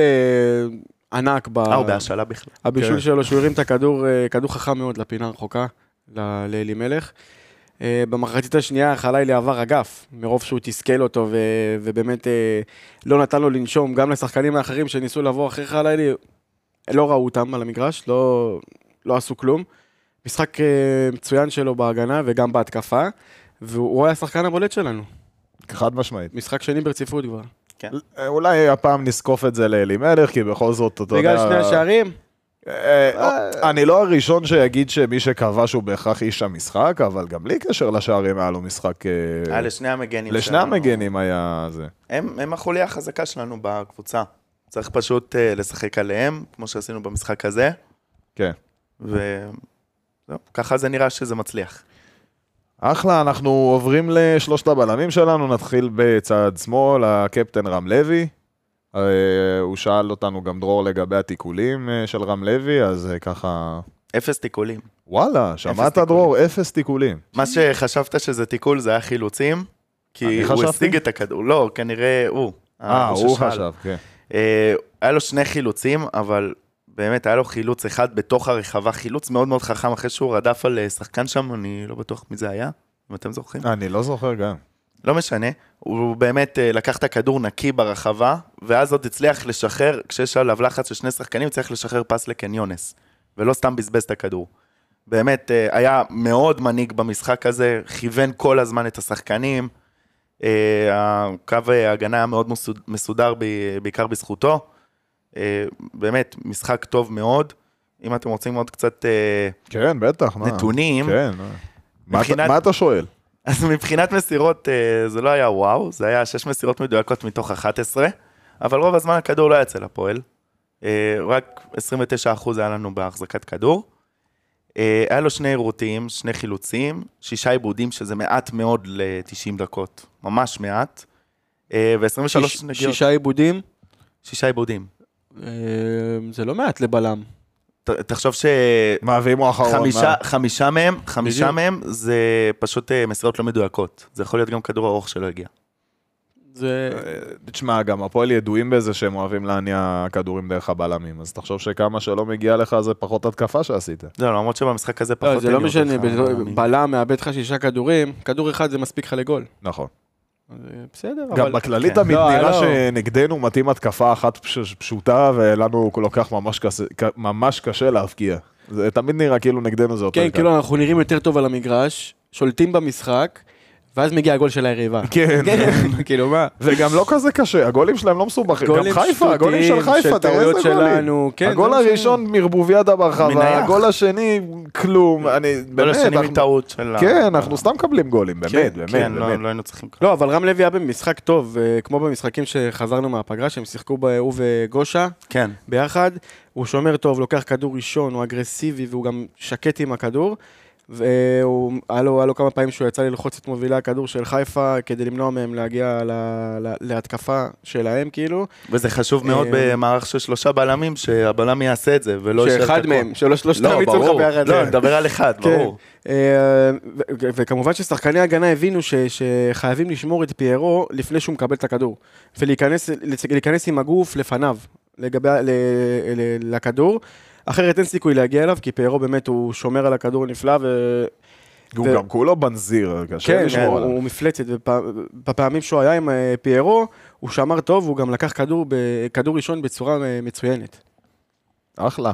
ענק.
אה, הוא בהשאלה בכלל.
הבישול שלו, שהוא הרים את הכדור, כדור חכם מאוד לפינה רחוקה, לאלי מלך. במחצית השנייה, חלילי עבר אגף, מרוב שהוא תסכל אותו, ובאמת לא נתן לו לנשום, גם לשחקנים האחרים שניסו לבוא אחרי חלילי, לא ראו אותם על המגרש, לא עשו כלום. משחק מצוין שלו בהגנה וגם בהתקפה, והוא היה השחקן הבולט שלנו.
חד משמעית.
משחק שני ברציפות כבר.
כן.
אולי הפעם נזקוף את זה לאלי מלך, כי בכל זאת, אתה יודע...
בגלל שני השערים?
אני לא הראשון שיגיד שמי שקבע שהוא בהכרח איש המשחק, אבל גם בלי קשר לשערים היה לו משחק...
היה לשני המגנים.
לשני המגנים היה זה.
הם החוליה החזקה שלנו בקבוצה. צריך פשוט לשחק עליהם, כמו שעשינו במשחק הזה.
כן.
ו... ככה זה נראה שזה מצליח.
אחלה, אנחנו עוברים לשלושת הבלמים שלנו, נתחיל בצד שמאל, הקפטן רם לוי. הוא שאל אותנו גם דרור לגבי התיקולים של רם לוי, אז ככה...
אפס תיקולים.
וואלה, שמעת דרור, אפס תיקולים.
מה שחשבת שזה תיקול זה היה חילוצים, כי הוא השיג את הכדור. לא, כנראה הוא.
אה, הוא חשב, כן.
היה לו שני חילוצים, אבל... באמת, היה לו חילוץ אחד בתוך הרחבה, חילוץ מאוד מאוד חכם, אחרי שהוא רדף על שחקן שם, אני לא בטוח מי זה היה, אם אתם זוכרים.
אני לא זוכר גם.
לא משנה, הוא באמת לקח את הכדור נקי ברחבה, ואז עוד הצליח לשחרר, כשיש עליו לחץ של שני שחקנים, צריך לשחרר פס לקניונס, ולא סתם בזבז את הכדור. באמת, היה מאוד מנהיג במשחק הזה, כיוון כל הזמן את השחקנים, הקו ההגנה היה מאוד מסודר, בעיקר בזכותו, באמת, משחק טוב מאוד. אם אתם רוצים עוד קצת
כן, בטח,
נתונים.
כן. מה אתה שואל?
אז מבחינת מסירות זה לא היה וואו, זה היה שש מסירות מדויקות מתוך אחת עשרה, אבל רוב הזמן הכדור לא יצא לפועל. רק עשרים ותשעה אחוז היה לנו בהחזקת כדור. היה לו שני עירותיים, שני חילוצים, שישה עיבודים, שזה מעט מאוד ל-תשעים דקות, ממש מעט. ו-עשרים ושלוש נגיעות.
שישה עיבודים?
שישה עיבודים.
זה לא מעט לבלם.
תחשוב ש...
מה, ואם הוא אחרון?
חמישה, חמישה מהם, חמישה מהם זה פשוט מסירות לא מדויקות. זה יכול להיות גם כדור ארוך שלא הגיע.
זה...
תשמע, גם הפועל ידועים בזה שהם אוהבים להניע כדורים דרך הבלמים, אז תחשוב שכמה שלא מגיע לך זה פחות התקפה שעשית.
לא, למרות שבמשחק הזה פחות...
לא, זה לא משנה, בלם מאבד לך שישה כדורים, כדור אחד זה מספיק לך לגול.
נכון.
בסדר, אבל...
גם בכללית תמיד נראה שנגדנו מתאים התקפה אחת פשוטה, ולנו לוקח ממש קשה להבקיע. זה תמיד נראה כאילו נגדנו זה אותו.
כן, כאילו אנחנו נראים יותר טוב על המגרש, שולטים במשחק, ואז מגיע הגול של היריבה.
כן.
כאילו מה?
וגם לא כזה קשה, הגולים שלהם לא מסובכים. גם חיפה, הגולים של חיפה, תראה איזה גולים. הגול הראשון מרבוביאדה ברחבה, הגול השני כלום.
הגול השני מטעות של...
כן, אנחנו סתם מקבלים גולים, באמת, באמת.
כן, לא היינו צריכים...
לא, אבל רם לוי היה במשחק טוב, כמו במשחקים שחזרנו מהפגרה, שהם שיחקו הוא וגושה ביחד. הוא שומר טוב, לוקח כדור ראשון, הוא אגרסיבי, והוא גם שקט עם הכדור. והיה לו, לו כמה פעמים שהוא יצא ללחוץ את מובילי הכדור של חיפה, כדי למנוע מהם להגיע לה, להתקפה שלהם, כאילו.
וזה חשוב מאוד במערך של שלושה בלמים, שהבלם יעשה את זה, ולא יישאר...
שאחד מהם, שלא שלושתם יצאו לך ביחד.
לא, נדבר על אחד, ברור.
וכמובן ששחקני ההגנה הבינו שחייבים לשמור את פיירו לפני שהוא מקבל את הכדור, ולהיכנס עם הגוף לפניו, לכדור, אחרת אין סיכוי להגיע אליו, כי פיירו באמת הוא שומר על הכדור נפלא, ו...
הוא גם כולו בנזיר, קשה לשמור עליו.
כן, הוא מפלצת, ובפעמים שהוא היה עם פיירו, הוא שמר טוב, הוא גם לקח כדור ראשון בצורה מצוינת.
אחלה.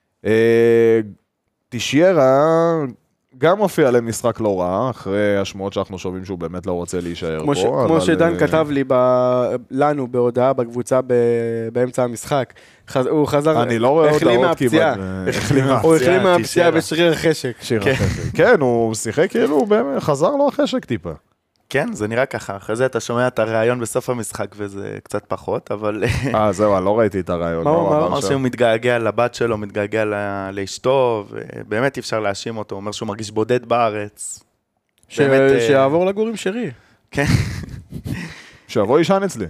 תשיירה גם מופיע למשחק לא רע, אחרי השמועות שאנחנו שומעים שהוא באמת לא רוצה להישאר פה.
כמו שדן כתב לי לנו בהודעה בקבוצה באמצע המשחק, הוא חזר,
אני לא רואה הודעות כמעט.
הוא החלים מהפציעה בשריר החשק.
כן, הוא שיחק כאילו, חזר לו החשק טיפה.
כן, זה נראה ככה. אחרי זה אתה שומע את הרעיון בסוף המשחק, וזה קצת פחות, אבל...
אה, זהו, אני לא ראיתי את הרעיון.
מה הוא אמר? שהוא מתגעגע לבת שלו, מתגעגע לאשתו, ובאמת אי אפשר להאשים אותו. הוא אומר שהוא מרגיש בודד בארץ.
שיעבור לגור עם שרי.
כן.
שיבוא ישן אצלי.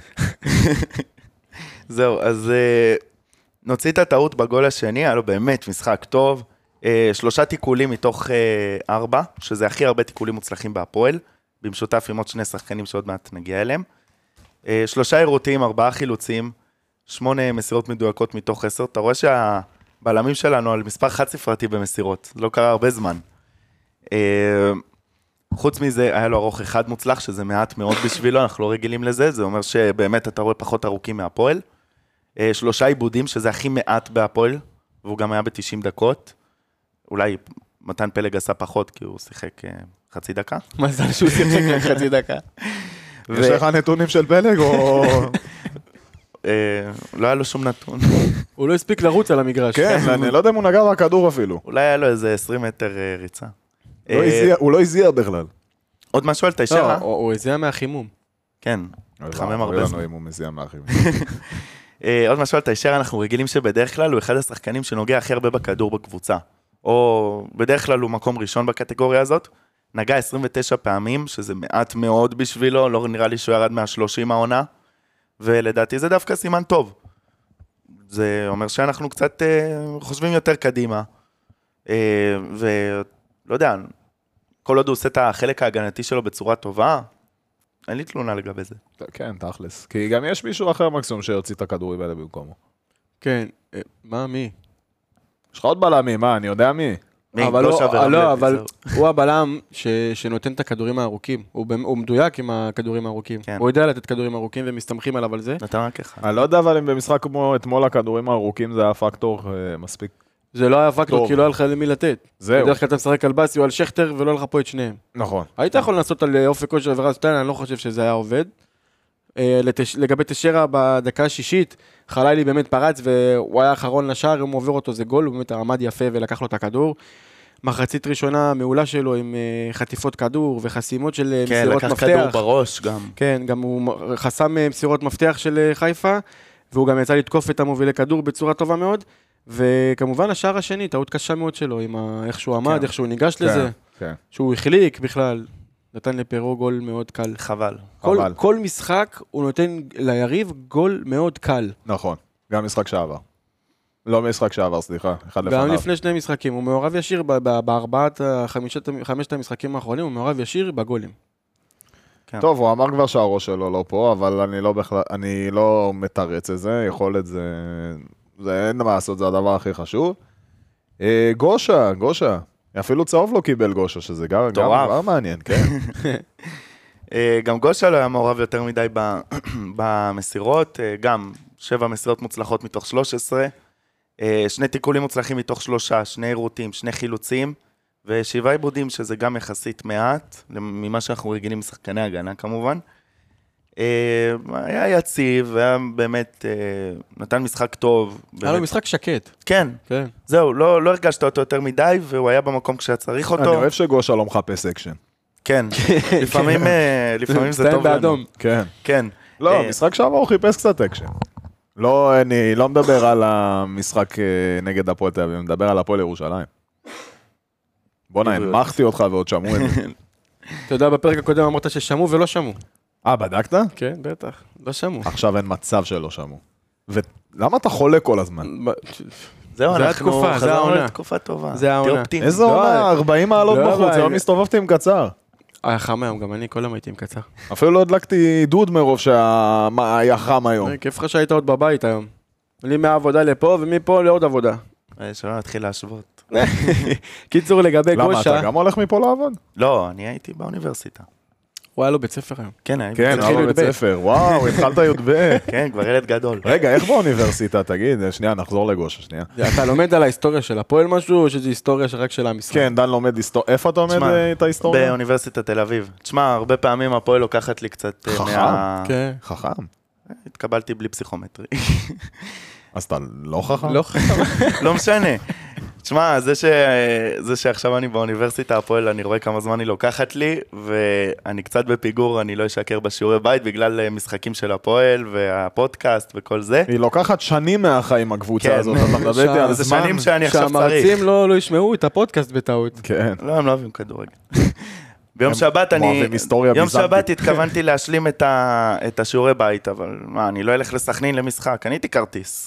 זהו, אז נוציא את הטעות בגול השני, היה לו באמת משחק טוב. שלושה תיקולים מתוך ארבע, שזה הכי הרבה תיקולים מוצלחים בהפועל. במשותף עם עוד שני שחקנים שעוד מעט נגיע אליהם. שלושה עירותיים, ארבעה חילוצים, שמונה מסירות מדויקות מתוך עשר. אתה רואה שהבלמים שלנו על מספר חד ספרתי במסירות. זה לא קרה הרבה זמן. חוץ מזה, היה לו ארוך אחד מוצלח, שזה מעט מאוד בשבילו, אנחנו לא רגילים לזה. זה אומר שבאמת אתה רואה פחות ארוכים מהפועל. שלושה עיבודים, שזה הכי מעט בהפועל, והוא גם היה ב-תשעים דקות. אולי מתן פלג עשה פחות, כי הוא שיחק... חצי דקה?
מזל שהוא שיחק רק חצי דקה.
יש לך נתונים של פלג או...
לא היה לו שום נתון.
הוא לא הספיק לרוץ על המגרש.
כן, אני לא יודע אם הוא נגע בכדור אפילו.
אולי היה לו איזה עשרים מטר ריצה.
הוא לא הזיע בכלל.
עוד משהו על תיישרה?
לא, הוא הזיע מהחימום.
כן, חמם הרבה זמן.
אם הוא מזיע מהחימום.
עוד משהו על תיישרה, אנחנו רגילים שבדרך כלל הוא אחד השחקנים שנוגע הכי הרבה בכדור בקבוצה. או בדרך כלל הוא מקום ראשון בקטגוריה הזאת. נגע עשרים ותשע פעמים, שזה מעט מאוד בשבילו, לא נראה לי שהוא ירד מה-שלושים העונה, ולדעתי זה דווקא סימן טוב. זה אומר שאנחנו קצת אה, חושבים יותר קדימה, אה, ולא יודע, כל עוד הוא עושה את החלק ההגנתי שלו בצורה טובה, אין לי תלונה לגבי זה.
כן, תכלס. כי גם יש מישהו אחר מקסימום שיוציא את הכדורים האלה במקומו.
כן, מה, מי?
יש לך עוד בלמים, מה, אני יודע מי?
אבל לא, לא, אבל הוא הבלם שנותן את הכדורים הארוכים. הוא מדויק עם הכדורים הארוכים. הוא יודע לתת כדורים ארוכים ומסתמכים עליו על זה.
נתן רק אחד.
אני לא יודע, אבל אם במשחק כמו אתמול הכדורים הארוכים זה היה פקטור מספיק.
זה לא היה פקטור, כי לא היה לך למי לתת.
זהו.
בדרך כלל אתה משחק על בסי או על שכטר ולא לך פה את שניהם.
נכון.
היית יכול לנסות על אופק כושר ורז שטיין, אני לא חושב שזה היה עובד. לגבי תשיירה בדקה השישית, חלילי באמת פרץ והוא היה האחרון לשער, אם הוא עובר אותו זה גול, הוא באמת עמד יפה ולקח לו את הכדור. מחצית ראשונה מעולה שלו עם אה, חטיפות כדור וחסימות של
כן,
מסירות
לקח
מפתח.
כדור בראש גם.
כן, גם הוא חסם אה, מסירות מפתח של אה, חיפה, והוא גם יצא לתקוף את המובילי כדור בצורה טובה מאוד, וכמובן השער השני, טעות קשה מאוד שלו, עם ה... איך שהוא עמד,
כן.
איך שהוא ניגש
כן,
לזה,
כן.
שהוא החליק בכלל, נתן לפרו גול מאוד קל.
חבל.
כל,
חבל.
כל משחק הוא נותן ליריב גול מאוד קל.
נכון, גם משחק שעבר. לא משחק שעבר, סליחה, אחד
גם
לפניו.
לפני שני משחקים, הוא מעורב ישיר ב- ב- בארבעת, החמישת, חמשת המשחקים האחרונים, הוא מעורב ישיר בגולים.
כן.
טוב, הוא אמר כבר שהראש שלו לא פה, אבל אני לא, בכלל, אני לא מתרץ את זה, יכולת זה, זה אין מה לעשות, זה הדבר הכי חשוב. אה, גושה, גושה, אפילו צהוב לא קיבל גושה, שזה גם, גם
מטורף.
דבר מעניין, כן.
אה, גם גושה לא היה מעורב יותר מדי ב- במסירות, אה, גם שבע מסירות מוצלחות מתוך שלוש עשרה, אה, שני תיקולים מוצלחים מתוך שלושה, שני עירותים, שני חילוצים, ושבעה עיבודים, שזה גם יחסית מעט, ממה שאנחנו רגילים משחקני הגנה כמובן. אה, היה יציב, היה באמת, אה, נתן משחק טוב.
היה לו
באמת.
משחק שקט.
כן,
כן.
זהו, לא, לא הרגשת אותו יותר מדי, והוא היה במקום כשהיה צריך
אני
אותו.
אוהב שגושה לא מחפש אקשן.
כן, לפעמים, אה, לפעמים זה
מצטיין
טוב לנו.
באדום.
כן.
כן.
לא,
אה,
משחק שעבר הוא חיפש קצת אקשן. לא, אני לא מדבר על המשחק אה, נגד הפועל תל אביב, אני מדבר על הפועל ירושלים. בוא'נה, הנמכתי אותך ועוד שמעו את זה.
אתה יודע, בפרק הקודם אמרת ששמעו ולא שמעו.
אה, בדקת?
כן, בטח. לא שמעו.
עכשיו אין מצב שלא שמעו. ולמה אתה חולה כל הזמן?
ב-
זהו,
זה
אנחנו
התקופה, זה
חזרנו
העונה.
לתקופה טובה.
זה העונה.
תהיה אופטימי.
איזה
לא,
עונה? ארבעים מעלות
לא,
בחוץ,
אבל-
היום הסתובבתי עם קצר.
היה חם היום, גם אני כל היום הייתי עם קצר.
אפילו לא הדלקתי דוד מרוב שהיה חם היום.
כיף לך שהיית עוד בבית היום. לי מהעבודה לפה ומפה לעוד עבודה.
אה, שלא נתחיל להשוות.
קיצור, לגבי
למה,
גושה,
אתה גם הולך מפה לעבוד?
לא, אני הייתי באוניברסיטה.
הוא היה לו בית ספר היום.
כן, הייתי.
כן,
התחיל
היה בבית
י"ב.
ספר. וואו, התחלת י"ב.
כן, כבר ילד גדול.
רגע, איך באוניברסיטה? תגיד, שנייה, נחזור לגושה, שנייה.
אתה לומד על ההיסטוריה של הפועל משהו, או שזו היסטוריה רק של המשחק?
כן, דן לומד היסטוריה. איפה אתה לומד
תשמע,
אה, את ההיסטוריה?
באוניברסיטת תל אביב. תשמע, הרבה פעמים הפועל לוקחת לי קצת אה,
חכם.
מה...
כן.
חכם.
התקבלתי בלי פסיכומטרי.
אז אתה לא חכם?
לא חכם.
לא משנה. תשמע, זה, ש... זה שעכשיו אני באוניברסיטה, הפועל, אני רואה כמה זמן היא לוקחת לי, ואני קצת בפיגור, אני לא אשקר בשיעורי בית, בגלל אה, משחקים של הפועל, והפודקאסט וכל זה.
היא לוקחת שנים מהחיים, הקבוצה
כן.
הזאת. אתה מדבר איתי על
זה
זמן.
שנים שאני עכשיו צריך.
שהמרצים לא לא ישמעו את הפודקאסט בטעות.
כן.
לא, הם לא אוהבים כדורגל. ביום
הם
שבת אני...
אוהבים היסטוריה
יום
ביזנטית.
שבת התכוונתי להשלים את ה- את השיעורי בית, אבל מה, אני לא אלך לסכנין למשחק, קניתי כרטיס.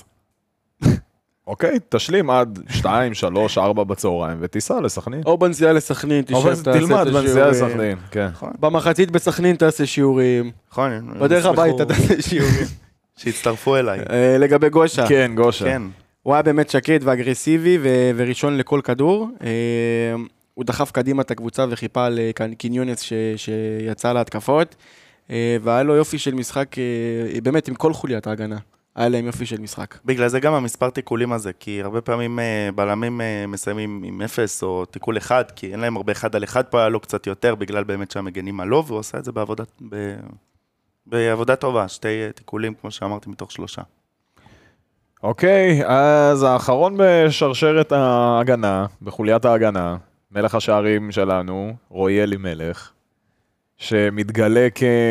אוקיי, תשלים עד שתיים, שלוש, ארבע בצהריים, ותיסע לסכנין.
או בנסיעה לסכנין, תשב,
אבל
תעשה את
תלמד בנסיעה
השיעורים.
לסכנין, כן.
במחצית בסכנין תעשה שיעורים.
נכון?
בדרך
ישמחו
הביתה תעשה שיעורים.
שיצטרפו אליי.
אה, לגבי גושה.
כן, גושה.
כן.
הוא היה באמת שקט ואגרסיבי ו- וראשון לכל כדור. אה, הוא דחף קדימה את הקבוצה וחיפה על קיניונס ש- שיצא להתקפות. אה, והיה לו יופי של משחק, אה, באמת עם כל חוליית ההגנה. היה להם יופי של משחק.
בגלל זה גם המספר תיקולים הזה, כי הרבה פעמים אה, בלמים אה, מסיימים עם אפס או תיקול אחד, כי אין להם הרבה אחד על אחד, פה היה לו קצת יותר, בגלל באמת שהמגנים עלו, והוא עשה את זה בעבודה, ב... בעבודה טובה, שתי אה, תיקולים, כמו שאמרתי, מתוך שלושה.
אוקיי, אז האחרון בשרשרת ההגנה, בחוליית ההגנה, מלך השערים שלנו, רועי אלימלך, שמתגלה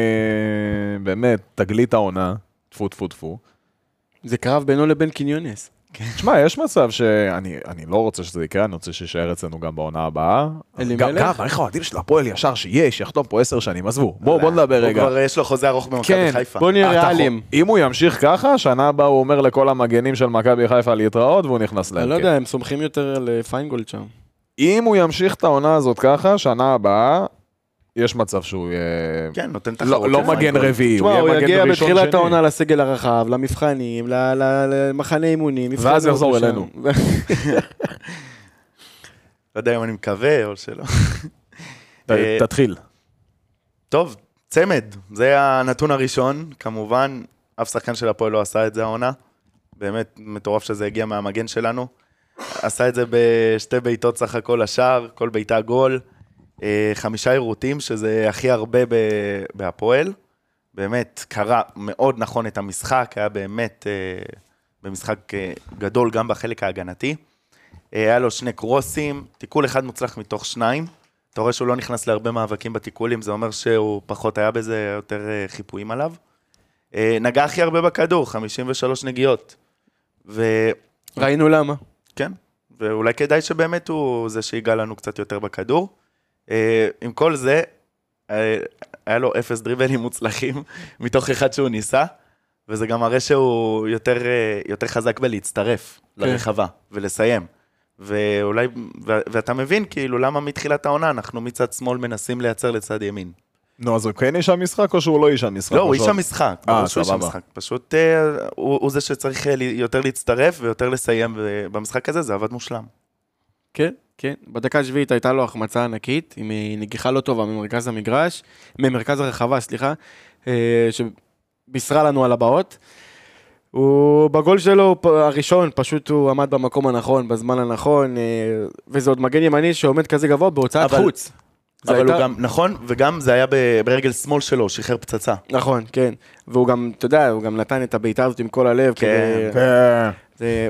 כבאמת תגלית העונה, טפו טפו טפו.
זה קרב בינו לבין קיניונס.
תשמע, יש מצב שאני אני לא רוצה שזה יקרה, אני רוצה שישאר אצלנו גם בעונה הבאה.
אלימלך?
גם, גם, איך האוהדים של הפועל ישר שיש, יחתום פה עשר שנים, עזבו. בואו בוא נדבר
הוא
רגע.
כבר יש לו חוזה ארוך במכבי
כן,
חיפה.
בוא נהיה
אתה
ריאליים.
יכול- אם הוא ימשיך ככה, שנה הבאה הוא אומר לכל המגנים של מכבי חיפה להתראות, והוא נכנס להם.
אני לא יודע, הם סומכים יותר על פיינגולד שם.
אם הוא ימשיך את העונה הזאת ככה, שנה הבאה, יש מצב שהוא יהיה...
כן, נותן תחרות.
לא, לא
כן,
מגן
פיינגולד.
רביעי, הוא
תשמע, הוא
יהיה מגן
יגיע
ראשון
בתחילת
שני.
העונה לסגל הרחב, למבחנים, ל- ל- למחנה אימונים.
ואז
מבחן
יחזור
שם.
אלינו.
לא יודע אם אני מקווה או שלא.
ת-
אה,
תתחיל.
טוב, צמד, זה הנתון הראשון, כמובן, אף שחקן של הפועל לא עשה את זה העונה, באמת מטורף שזה הגיע מהמגן שלנו, עשה את זה בשתי בעיטות סך הכל השער, כל בעיטה גול, אה, חמישה עירותים, שזה הכי הרבה ב- בהפועל, באמת קרה מאוד נכון את המשחק, היה באמת אה, במשחק אה, גדול גם בחלק ההגנתי, היה לו שני קרוסים, תיקול אחד מוצלח מתוך שניים. אתה רואה שהוא לא נכנס להרבה מאבקים בתיקולים, זה אומר שהוא פחות היה בזה יותר חיפויים עליו. נגע הכי הרבה בכדור, חמישים ושלוש נגיעות. ו...
ראינו למה.
כן, ואולי כדאי שבאמת הוא זה שיגע לנו קצת יותר בכדור. עם כל זה, היה לו אפס דריבלים מוצלחים, מתוך אחד שהוא ניסה, וזה גם מראה שהוא יותר, יותר חזק בלהצטרף לרחבה ולסיים. ואולי, ו- ואתה מבין כאילו למה מתחילת העונה אנחנו מצד שמאל מנסים לייצר לצד ימין.
נו, אז הוא כן איש המשחק או שהוא לא איש המשחק?
לא, הוא איש המשחק.
אה, סבבה.
פשוט הוא, הוא זה שצריך יותר להצטרף ויותר לסיים, ובמשחק הזה זה עבד מושלם.
כן, כן. בדקה השביעית הייתה לו החמצה ענקית, עם נגיחה לא טובה ממרכז המגרש, ממרכז הרחבה, סליחה, שבישרה לנו על הבאות. הוא בגול שלו הראשון, פשוט הוא עמד במקום הנכון, בזמן הנכון, וזה עוד מגן ימני שעומד כזה גבוה בהוצאת
אבל,
חוץ.
אבל
הייתה...
הוא גם, נכון, וגם זה היה ברגל שמאל שלו, שחרר פצצה.
נכון, כן. והוא גם, אתה יודע, הוא גם נתן את הביתה הזאת עם כל הלב.
כן.
כדי...
כן.
זה...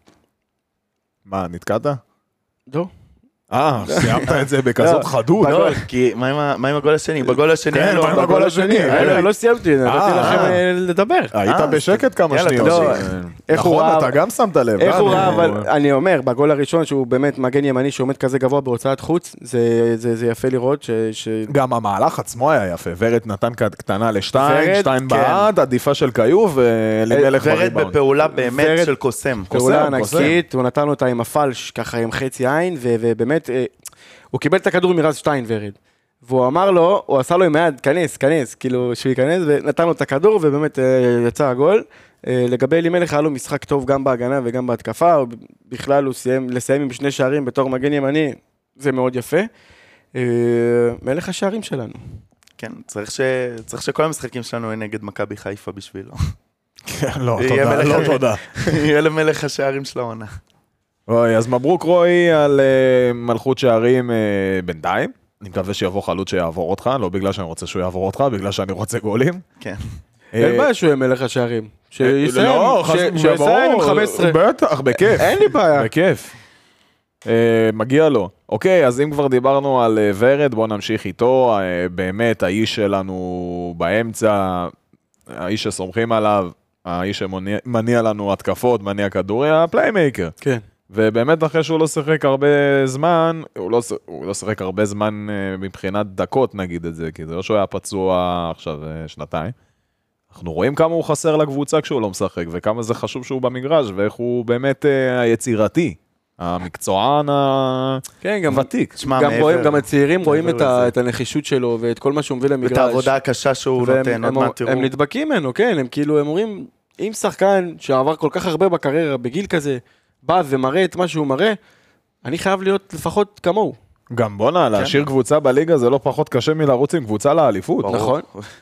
מה, נתקעת?
לא.
אה, סיימת את זה בכזאת חדות.
לא, כי מה עם הגול השני? בגול השני...
כן, מה עם הגול השני?
לא סיימתי, נתתי לכם לדבר.
היית בשקט כמה שניות. נכון, אתה גם שמת לב.
איך הוא ראה, אבל אני אומר, בגול הראשון שהוא באמת מגן ימני שעומד כזה גבוה בהוצאת חוץ, זה יפה לראות ש...
גם המהלך עצמו היה יפה, ורד נתן קטנה לשתיים, שתיים בעד, עדיפה של קיוב, ולמלך
ורד בפעולה באמת של קוסם.
פעולה ענקית, הוא נתן אותה עם הפלש, ככה עם חצי עין, ובאמת הוא קיבל את הכדור מרז שטיין ורד, והוא אמר לו, הוא עשה לו עם היד, כנס, כנס, כאילו שהוא ייכנס, ונתן לו את הכדור, ובאמת יצא הגול. לגבי אלימלך היה לו משחק טוב גם בהגנה וגם בהתקפה, בכלל הוא סיים, לסיים עם שני שערים בתור מגן ימני, זה מאוד יפה. מלך השערים שלנו.
כן, צריך, ש... צריך שכל המשחקים שלנו יהיה נגד מכבי חיפה בשבילו.
לא, תודה, לא תודה.
יהיה למלך השערים של העונה.
אוי, אז מברוק רועי על uh, מלכות שערים uh, בינתיים. אני מקווה שיבוא חלוץ שיעבור אותך, לא בגלל שאני רוצה שהוא יעבור אותך, בגלל שאני רוצה גולים.
כן.
אין בעיה שהוא יהיה מלך השערים. שיסיים,
לא,
שיסיים עם חמש עשרה.
בטח, בכיף.
אין לי בעיה.
בכיף. מגיע לו. אוקיי, אז אם כבר דיברנו על ורד, בואו נמשיך איתו. באמת, האיש שלנו באמצע, האיש שסומכים עליו, האיש שמניע לנו התקפות, מניע כדורי, הפליימייקר.
כן.
ובאמת אחרי שהוא לא שיחק הרבה זמן, הוא לא, הוא לא שיחק הרבה זמן מבחינת דקות נגיד את זה, כי זה לא שהוא היה פצוע עכשיו שנתיים. אנחנו רואים כמה הוא חסר לקבוצה כשהוא לא משחק, וכמה זה חשוב שהוא במגרש, ואיך הוא באמת היצירתי, המקצוען הוותיק.
גם רואים, גם הצעירים רואים את הנחישות שלו, ואת כל מה שהוא מביא למגרש.
ואת העבודה הקשה שהוא נותן, עוד מעט תראו.
הם נדבקים ממנו, כן, הם כאילו, הם אומרים, אם שחקן שעבר כל כך הרבה בקריירה, בגיל כזה, בא ומראה את מה שהוא מראה, אני חייב להיות לפחות כמוהו.
גם בונה, להשאיר קבוצה בליגה זה לא פחות קשה מלרוץ עם קבוצה לאליפות.
נכון.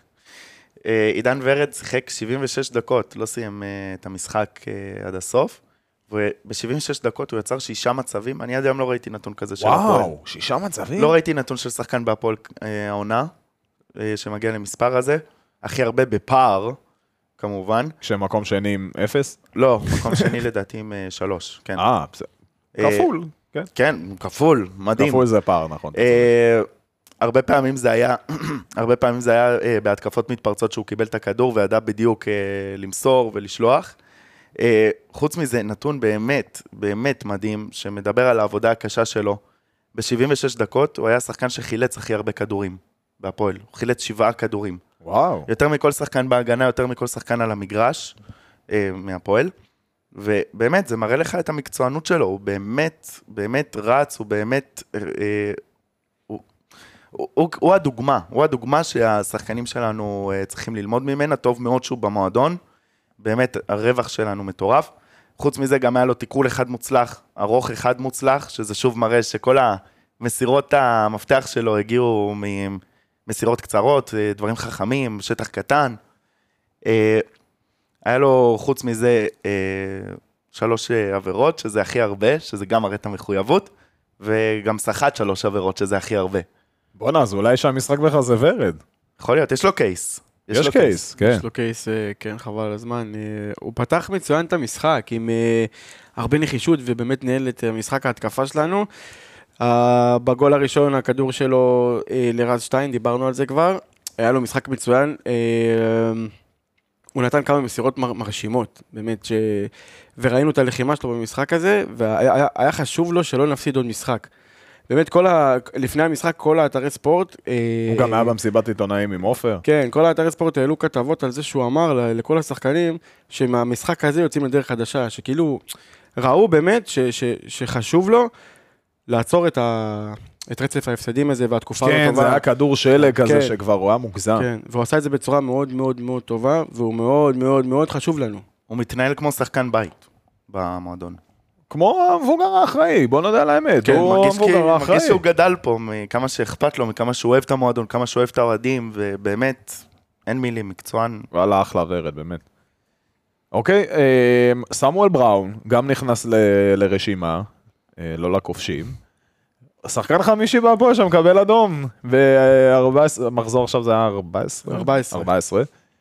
עידן ורד שיחק שבעים ושש דקות, לא סיים את המשחק עד הסוף, וב-שבעים ושש דקות הוא יצר שישה מצבים, אני עד היום לא ראיתי נתון כזה של הפועל.
וואו, שישה מצבים?
לא ראיתי נתון של שחקן בהפועל העונה, שמגיע למספר הזה, הכי הרבה בפער, כמובן.
שמקום שני עם אפס?
לא, מקום שני לדעתי עם שלוש, כן.
אה, כפול, כן.
כן, כפול, מדהים.
כפול זה פער, נכון.
הרבה פעמים זה היה, הרבה פעמים זה היה בהתקפות מתפרצות שהוא קיבל את הכדור וידע בדיוק למסור ולשלוח. חוץ מזה, נתון באמת, באמת מדהים, שמדבר על העבודה הקשה שלו. ב-שבעים ושש דקות הוא היה שחקן שחילץ הכי הרבה כדורים בהפועל. הוא חילץ שבעה כדורים.
וואו.
יותר מכל שחקן בהגנה, יותר מכל שחקן על המגרש, אה, מהפועל. ובאמת, זה מראה לך את המקצוענות שלו. הוא באמת, באמת רץ, הוא באמת... אה, הוא, הוא, הוא, הוא הדוגמה. הוא הדוגמה שהשחקנים שלנו אה, צריכים ללמוד ממנה. טוב מאוד שהוא במועדון. באמת, הרווח שלנו מטורף. חוץ מזה, גם היה לו תיקול אחד מוצלח, ארוך אחד מוצלח, שזה שוב מראה שכל המסירות המפתח שלו הגיעו ממסירות קצרות, דברים חכמים, שטח קטן. היה לו חוץ מזה שלוש עבירות, שזה הכי הרבה, שזה גם מראה את המחויבות, וגם שחט שלוש עבירות, שזה הכי הרבה.
בונה, אז אולי שהמשחק בך זה ורד.
יכול להיות, יש לו קייס.
יש
לו
קייס, כן.
יש לו קייס, אה, כן, חבל על הזמן. אה, הוא פתח מצוין את המשחק עם אה, הרבה נחישות, ובאמת ניהל את משחק ההתקפה שלנו. אה, בגול הראשון, הכדור שלו אה, לרז שטיין, דיברנו על זה כבר. היה לו משחק מצוין. אה, הוא נתן כמה מסירות מר, מרשימות, באמת, ש... וראינו את הלחימה שלו במשחק הזה, והיה היה חשוב לו שלא נפסיד עוד משחק. באמת, כל ה... לפני המשחק, כל האתרי ספורט...
הוא גם היה במסיבת עיתונאים עם עופר.
כן, כל האתרי ספורט העלו כתבות על זה שהוא אמר לכל השחקנים, שמהמשחק הזה יוצאים לדרך חדשה, שכאילו ראו באמת ש... ש... שחשוב לו לעצור את, ה... את רצף ההפסדים הזה, והתקופה
כן,
הטובה.
זה היה כדור שלג כזה
כן.
שכבר הוא היה מוגזם.
כן, והוא עשה את זה בצורה מאוד מאוד מאוד טובה, והוא מאוד מאוד מאוד חשוב לנו.
הוא מתנהל כמו שחקן בית במועדון.
כמו המבוגר האחראי, בוא נדע על האמת.
כן,
הוא
מרגיש, כי,
המבוגר האחראי.
מרגיש שהוא גדל פה, מכמה שאכפת לו, מכמה שהוא אוהב את המועדון, כמה שהוא אוהב את האוהדים, ובאמת, אין מילים, מקצוען.
וואלה, אחלה ורד, באמת. אוקיי, אה, סמואל בראון, גם נכנס ל- לרשימה, אה, לא לכובשים. שחקן חמישי בהפועל שם מקבל אדום, ומחזור עכשיו זה היה ארבע עשרה?
ארבע עשרה.
ארבע עשרה.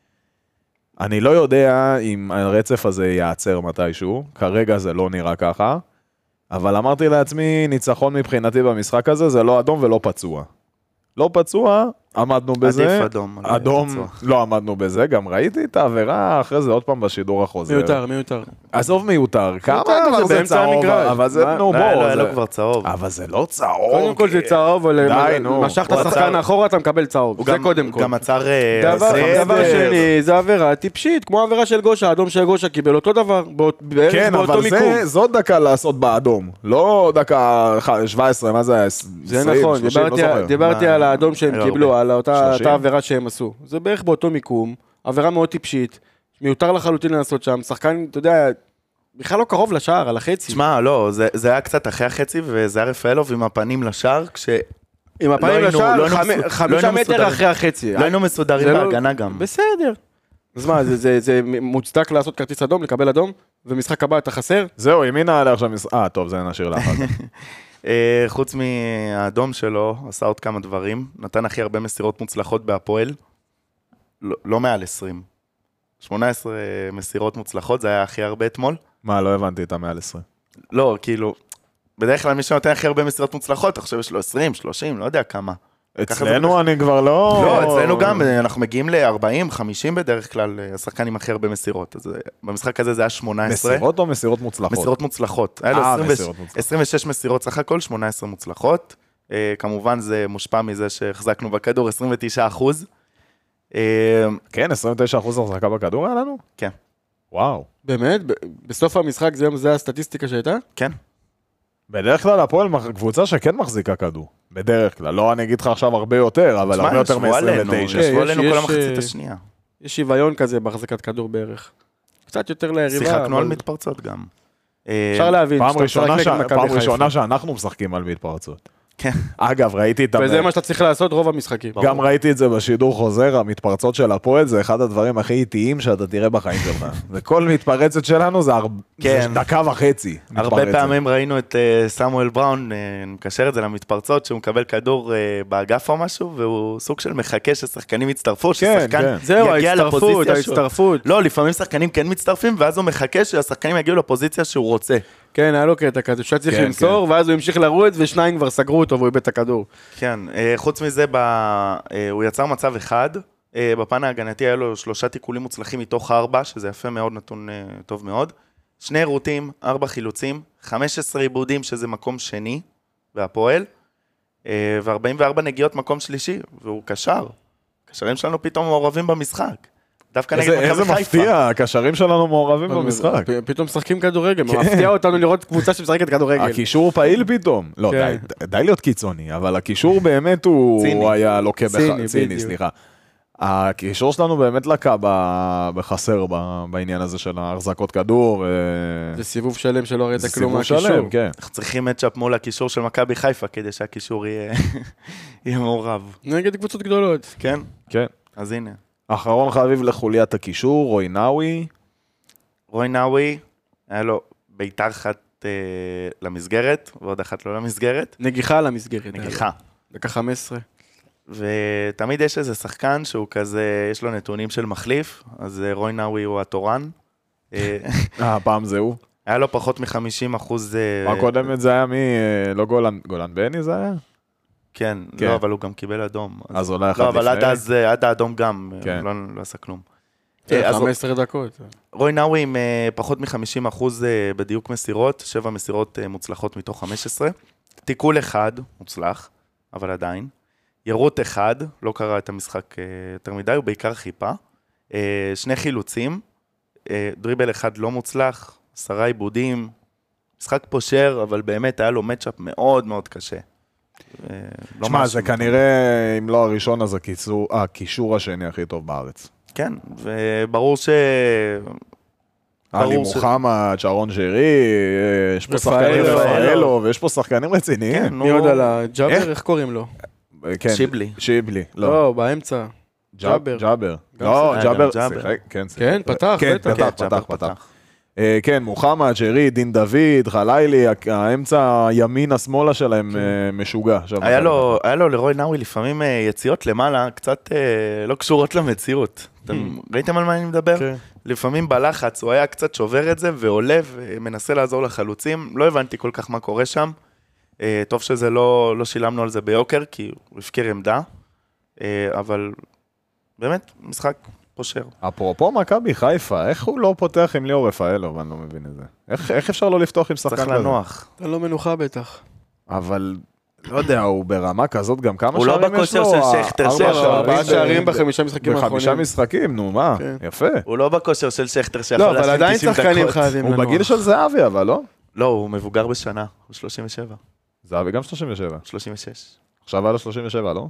אני לא יודע אם הרצף הזה ייעצר מתישהו, כרגע זה לא נראה ככה, אבל אמרתי לעצמי, ניצחון מבחינתי במשחק הזה, זה לא אדום ולא פצוע. לא פצוע, עמדנו בזה.
עדיף אדום. על
אדום,
פצוע.
לא עמדנו בזה, גם ראיתי את העבירה אחרי זה עוד פעם בשידור החוזר.
מיותר, מיותר.
עזוב מיותר, כמה
מיותר,
כבר
זה
זה
באמצע
צהוב,
המגרש.
אבל זה,
מה?
נו
לא,
בוא,
לא, היה
זה-
לו כבר צהוב.
אבל זה לא צהוב.
קודם כל זה צהוב, אבל
די, נו.
משכת
הוא
השחקן
עצר-
האחורה, אתה מקבל צהוב.
הוא
זה
גם-
קודם כל.
גם עצר... אה,
דבר,
עשרה
דבר
עשר.
שני, זה עבירה טיפשית, כמו עבירה של גושה, האדום של גושה קיבל אותו דבר, באות- בערך
כן,
באותו
אבל
מיקום.
זה, זו דקה לעשות באדום, לא דקה שבע עשרה, מה זה היה?
זה
עשרים,
נכון,
שלושים,
דיברתי,
לא זוכר.
דיברתי
מה-
על האדום שהם
היה
קיבלו,
הרבה.
על אותה,
שלושים?
אותה עבירה שהם עשו. זה בערך באותו מיקום, עבירה מאוד טיפשית, מיותר לחלוטין לעשות שם, שחקן, אתה יודע, בכלל לא קרוב לשער, על החצי.
תשמע, לא, זה, זה היה קצת אחרי החצי, וזה היה רפאלוב עם הפנים לשער, כש...
עם הפנים
לא היינו-
לשער,
לא היינו
חמ-
מסוד- לא
חמישה
היינו
מטר
מסודרים.
אחרי החצי.
לא היינו מסודרים
זה לא-
בהגנה גם.
בסדר. אז מה, זה- זה- זה מוצדק לעשות כרטיס אדום, לקבל אדום, ומשחק הבא אתה חסר?
זהו, עם מי נעלה עכשיו? מס- אה, טוב, זה נשאיר לאחר כך.
אה, חוץ מהאדום שלו, עשה עוד כמה דברים, נתן הכי הרבה מסירות מוצלחות בהפועל, לא, לא מעל עשרים. שמונה עשרה מסירות מוצלחות, זה היה הכי הרבה אתמול.
מה, לא הבנתי את המעל עשרה.
לא, כאילו, בדרך כלל מי שנותן הכי הרבה מסירות מוצלחות, אתה חושב יש לו עשרים, שלושים, לא יודע כמה. ככה זה
אצלנו אני כבר לא...
לא, אצלנו גם, אנחנו מגיעים ל-ארבעים, חמישים בדרך כלל, השחקן עם הכי הרבה מסירות. אז במשחק הזה זה היה שמונה עשרה.
מסירות או מסירות מוצלחות?
מסירות מוצלחות. היה לו
אה,
עשרים ושש
מסירות מוצלחות.
עשרים ושש מסירות סך הכל, שמונה עשרה מוצלחות. אה, כמובן זה מושפע מזה שהחזקנו בכדור עשרים ותשעה אחוז. אה,
כן, עשרים ותשעה אחוז החזקה בכדור היה לנו?
כן,
וואו.
באמת? ב- בסוף המשחק זה זה הסטטיסטיקה שהייתה?
כן.
בדרך כלל הפועל מח- קבוצה שכן מחזיקה כדור. בדרך כלל. לא, אני אגיד לך עכשיו הרבה יותר, אבל
תשמע,
הרבה יותר
ישבו עלינו,
מ-עשרים ותשע.
כן,
ישבו
יש-
עלינו כל
יש,
המחצית
אה,
השנייה.
יש שוויון כזה בהחזקת כדור בערך. קצת יותר ליריבה,
שיחקנו על
אבל
מתפרצות גם. אה,
אפשר להבין.
פעם
שאתה
ראשונה
משחק נגד
ש-
מכבי
פעם
חיפה.
ראשונה שאנחנו משחקים על מתפרצות.
כן.
אגב, ראיתי את...
וזה
המ-
מה שאתה צריך לעשות רוב המשחקים.
גם ראיתי את זה בשידור חוזר, המתפרצות של הפועל, זה אחד הדברים הכי איטיים שאתה תראה בחיים שלך. וכל מתפרצת שלנו זה הר-
כן.
זה דקה וחצי.
הרבה
מתפרצת.
פעמים ראינו את אה, סמואל בראון, אה, מקשר את זה למתפרצות, שהוא מקבל כדור אה, באגף או משהו, והוא סוג של מחכה ששחקנים יצטרפו,
כן,
ששחקן
כן.
זהו,
יגיע
ההצטרפות,
לפוזיציה שהוא...
ההצטרפות.
לא, לפעמים שחקנים כן מצטרפים, ואז הוא מחכה שהשחקנים יגיעו לפוזיציה שהוא רוצה.
כן, היה לו קטע כזה, שהיה צריך
כן,
למסור, ואז הוא המשיך לרוץ, ושניים כבר סגרו אותו והוא איבד את הכדור.
כן, אה, חוץ מזה, ב... אה, הוא יצר מצב אחד, אה, בפן ההגנתי היה לו שלושה תיקולים מוצלחים מתוך ארבע, שזה יפה מאוד, נתון אה, טוב מאוד. שני רוטים, ארבע חילוצים, חמישה עשר עיבודים, שזה מקום שני, והפועל, אה, ו-ארבעים וארבע נגיעות מקום שלישי, והוא קשר. קשרים שלנו פתאום מעורבים במשחק. דווקא נגד
איזה
מכבי
איזה
חיפה.
מפתיע, הקשרים שלנו מעורבים במשחק.
פ- פתאום משחקים כדורגל, מפתיע אותנו לראות קבוצה שמשחקת כדורגל.
הקישור פעיל פתאום. לא,
כן.
די- די להיות קיצוני, אבל הקישור באמת הוא
ציני.
הוא היה לוקה
ציני,
בח... ציני,
בדיוק.
סליחה. הקישור שלנו באמת לקה ב- בחסר ב- בעניין הזה של ההחזקות כדור. אה,
זה סיבוב שלם שלא ראית
זה
כלום
סיבוב
מהקישור.
שלם, כן.
אנחנו צריכים מצ'אפ מול הקישור של מכבי חיפה, כדי שהקישור יהיה יהיה מעורב.
נגד קבוצות גדולות.
כן?
כן.
אז הנה.
אחרון חביב לחוליית הקישור, רוי נאווי.
רוי נאווי, היה לו ביתר אחת אה, למסגרת, ועוד אחת לא למסגרת.
נגיחה למסגרת.
נגיחה.
דקה חמש עשרה.
ותמיד יש איזה שחקן שהוא כזה, יש לו נתונים של מחליף, אז רוי נאווי הוא התורן.
אה, פעם זה הוא.
היה לו פחות מ-חמישים אחוז...
מה קודם זה היה מי? לא גולן, גולן בני זה היה?
כן,
כן.
לא, אבל הוא גם קיבל אדום.
אז אולי אחד
לא, אבל עד
לפני.
אז, עד האדום גם,
כן.
לא לא עשה כלום.
אז
אז
חמש עשרה דקות.
רוי נאווי עם אה, פחות מ-חמישים אחוז אה, בדיוק מסירות, שבע מסירות אה, מוצלחות מתוך חמש עשרה. תיקול אחד, מוצלח, אבל עדיין. ירות אחד, לא קרא את המשחק אה, יותר מדי, הוא בעיקר חיפה. אה, שני חילוצים, אה, דריבל אחד לא מוצלח, עשרה עיבודים, משחק פושר, אבל באמת היה לו מצ'אפ מאוד מאוד קשה. אה, לא
תשמע,
משהו.
זה כנראה, אם לא הראשון, אז הקישור- הקישור השני הכי טוב בארץ.
כן, וברור ש...
עלי
ברור ש-
מוחמד, שרון שרי, יש פה שחקנים
רפאלו.
רפאלו, ויש פה שחקנים רציניים.
כן,
מי
נו,
עוד על
איך?
הג'אבר? איך קוראים לו?
כן.
שיבלי.
שיבלי, לא.
לא, באמצע.
ג'אבר. ג'אבר.
גם
לא,
שיחק.
ג'אבר,
גם ג'אבר.
שיחק, כן, שיחק.
כן, פתח,
כן,
בטח.
פתח,
כן,
פתח,
ג'אבר
פתח. אה, כן, מוחמד, שרי, דין דוד, חלילי, האמצע הימין השמאלה שלהם אה, משוגע. עכשיו,
היה לו, היה לו לרוי נאווי לפעמים אה, יציאות למעלה, קצת אה, לא קשורות למציאות. אתם ראיתם על מה אני מדבר?
כן.
לפעמים בלחץ, הוא היה קצת שובר את זה, ועולה ומנסה לעזור לחלוצים. לא הבנתי כל כך מה קורה שם. אה, טוב שזה לא, לא שילמנו על זה ביוקר, כי הוא הפקיר עמדה. אה, אבל באמת, משחק פושר.
אפרופו מכבי חיפה, איך הוא לא פותח עם ליאור רפאלו, ואני לא מבין את זה. איך, איך אפשר לא לפתוח עם שחקן
צריך
כזה?
לנוח.
אתה לא מנוחה בטח.
אבל, לא יודע, הוא ברמה כזאת, גם כמה
הוא לא
שערים יש
בכושר
לו?
של שכטר,
ארבע
שבע,
שערים
ארבעה
ב-
שערים בחמישה משחקים האחרונים.
בחמישה משחקים, נו מה,
כן.
יפה.
הוא לא בכושר של שכטר שיכול
לא, אבל
להשלים
עדיין
תשעים
שחקנים
דקות.
חייבים
הוא
לנוח.
בגיל של זהבי, אבל לא?
לא, הוא מבוגר בשנה, הוא שלושים ושבע,
זהבי גם שלושים ושבע.
שלושים ושש.
עכשיו היה לו שלושים ושבע, לא?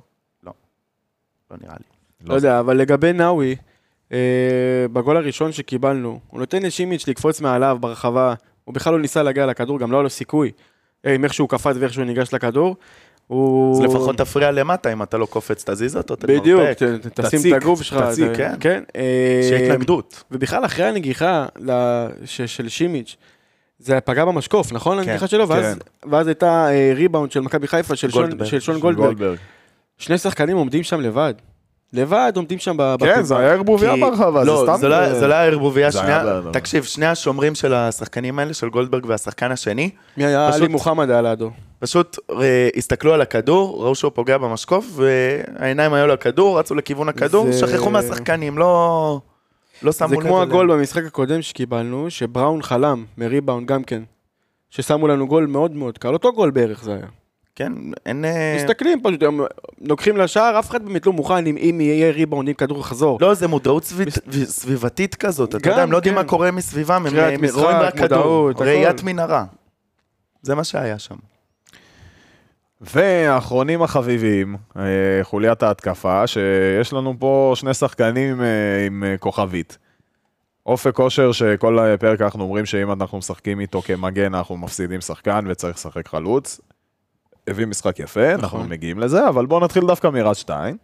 לא נראה לי.
לא יודע, אבל לגבי נאווי, אה, בגול הראשון שקיבלנו, הוא נותן לשימיץ' לקפוץ מעליו ברחבה, הוא בכלל לא ניסה להגיע לכדור, גם לא היה לו סיכוי. אה, עם איך שהוא קפץ ואיך שהוא ניגש לכדור. הוא...
אז לפחות תפריע למטה, אם אתה לא קופץ, תזיז אותו,
בדיוק,
תתמרפק.
ת- ת- תשים
תציק,
את הגוף שלך.
תציק,
זה-
כן.
כן. אה,
שיהיה התנגדות.
ובכלל אחרי הנגיחה ל- ש- של שימיץ', זה פגע במשקוף, נכון?
כן,
הנגיחה שלו, ואז- ואז הייתה אה, ריבאונד של מכבי חיפה, של שון-
גולדברג.
של שון גולדברג. שני שחקנים עומדים שם לבד. לבד עומדים שם ב...
כן, זה היה ערבוביה
כי-
ברחבה, זה
לא,
סתם...
זה לא- זה לא היה ערבוביה
זה
שנייה.
היה ב-
תקשיב, שני השומרים של השחקנים האלה, של גולדברג והשחקן השני,
מי היה?
פשוט-
עלי מוחמד היה לידו.
פשוט אה, הסתכלו על הכדור, ראו שהוא פוגע במשקוף, והעיניים היו לכדור, רצו לכיוון הכדור,
זה-
שכחו מהשחקנים, לא לא שמו
זה
לב
כמו
אליהם.
הגול במשחק הקודם שקיבלנו, שבראון חלם, מריבאונד גם כן. ששמו לנו גול מאוד מאוד קל, אותו גול בערך זה היה.
כן, אין... אה,
מסתכלים פשוט, הם לוקחים לשער, אף אחד באמת לא מוכן אם, אם יהיה ריבאונד, אם כדור יחזור.
לא, זה מודעות סביב- סביבתית כזאת, אתה יודע, הם לא יודעים
כן.
מה קורה מסביבם, הם
קריאת
הם
משחק,
רואים רק כדור,
מודעות, הכל.
ראיית מנהרה. זה מה שהיה שם.
והאחרונים החביבים, אה, חוליית ההתקפה, שיש לנו פה שני שחקנים אה, עם אה, כוכבית. אופק כושר שכל פרק אנחנו אומרים שאם אנחנו משחקים איתו כמגן אנחנו מפסידים שחקן וצריך לשחק חלוץ. הביא משחק יפה, אנחנו מגיעים לזה, אבל בואו נתחיל דווקא מרז שטיין,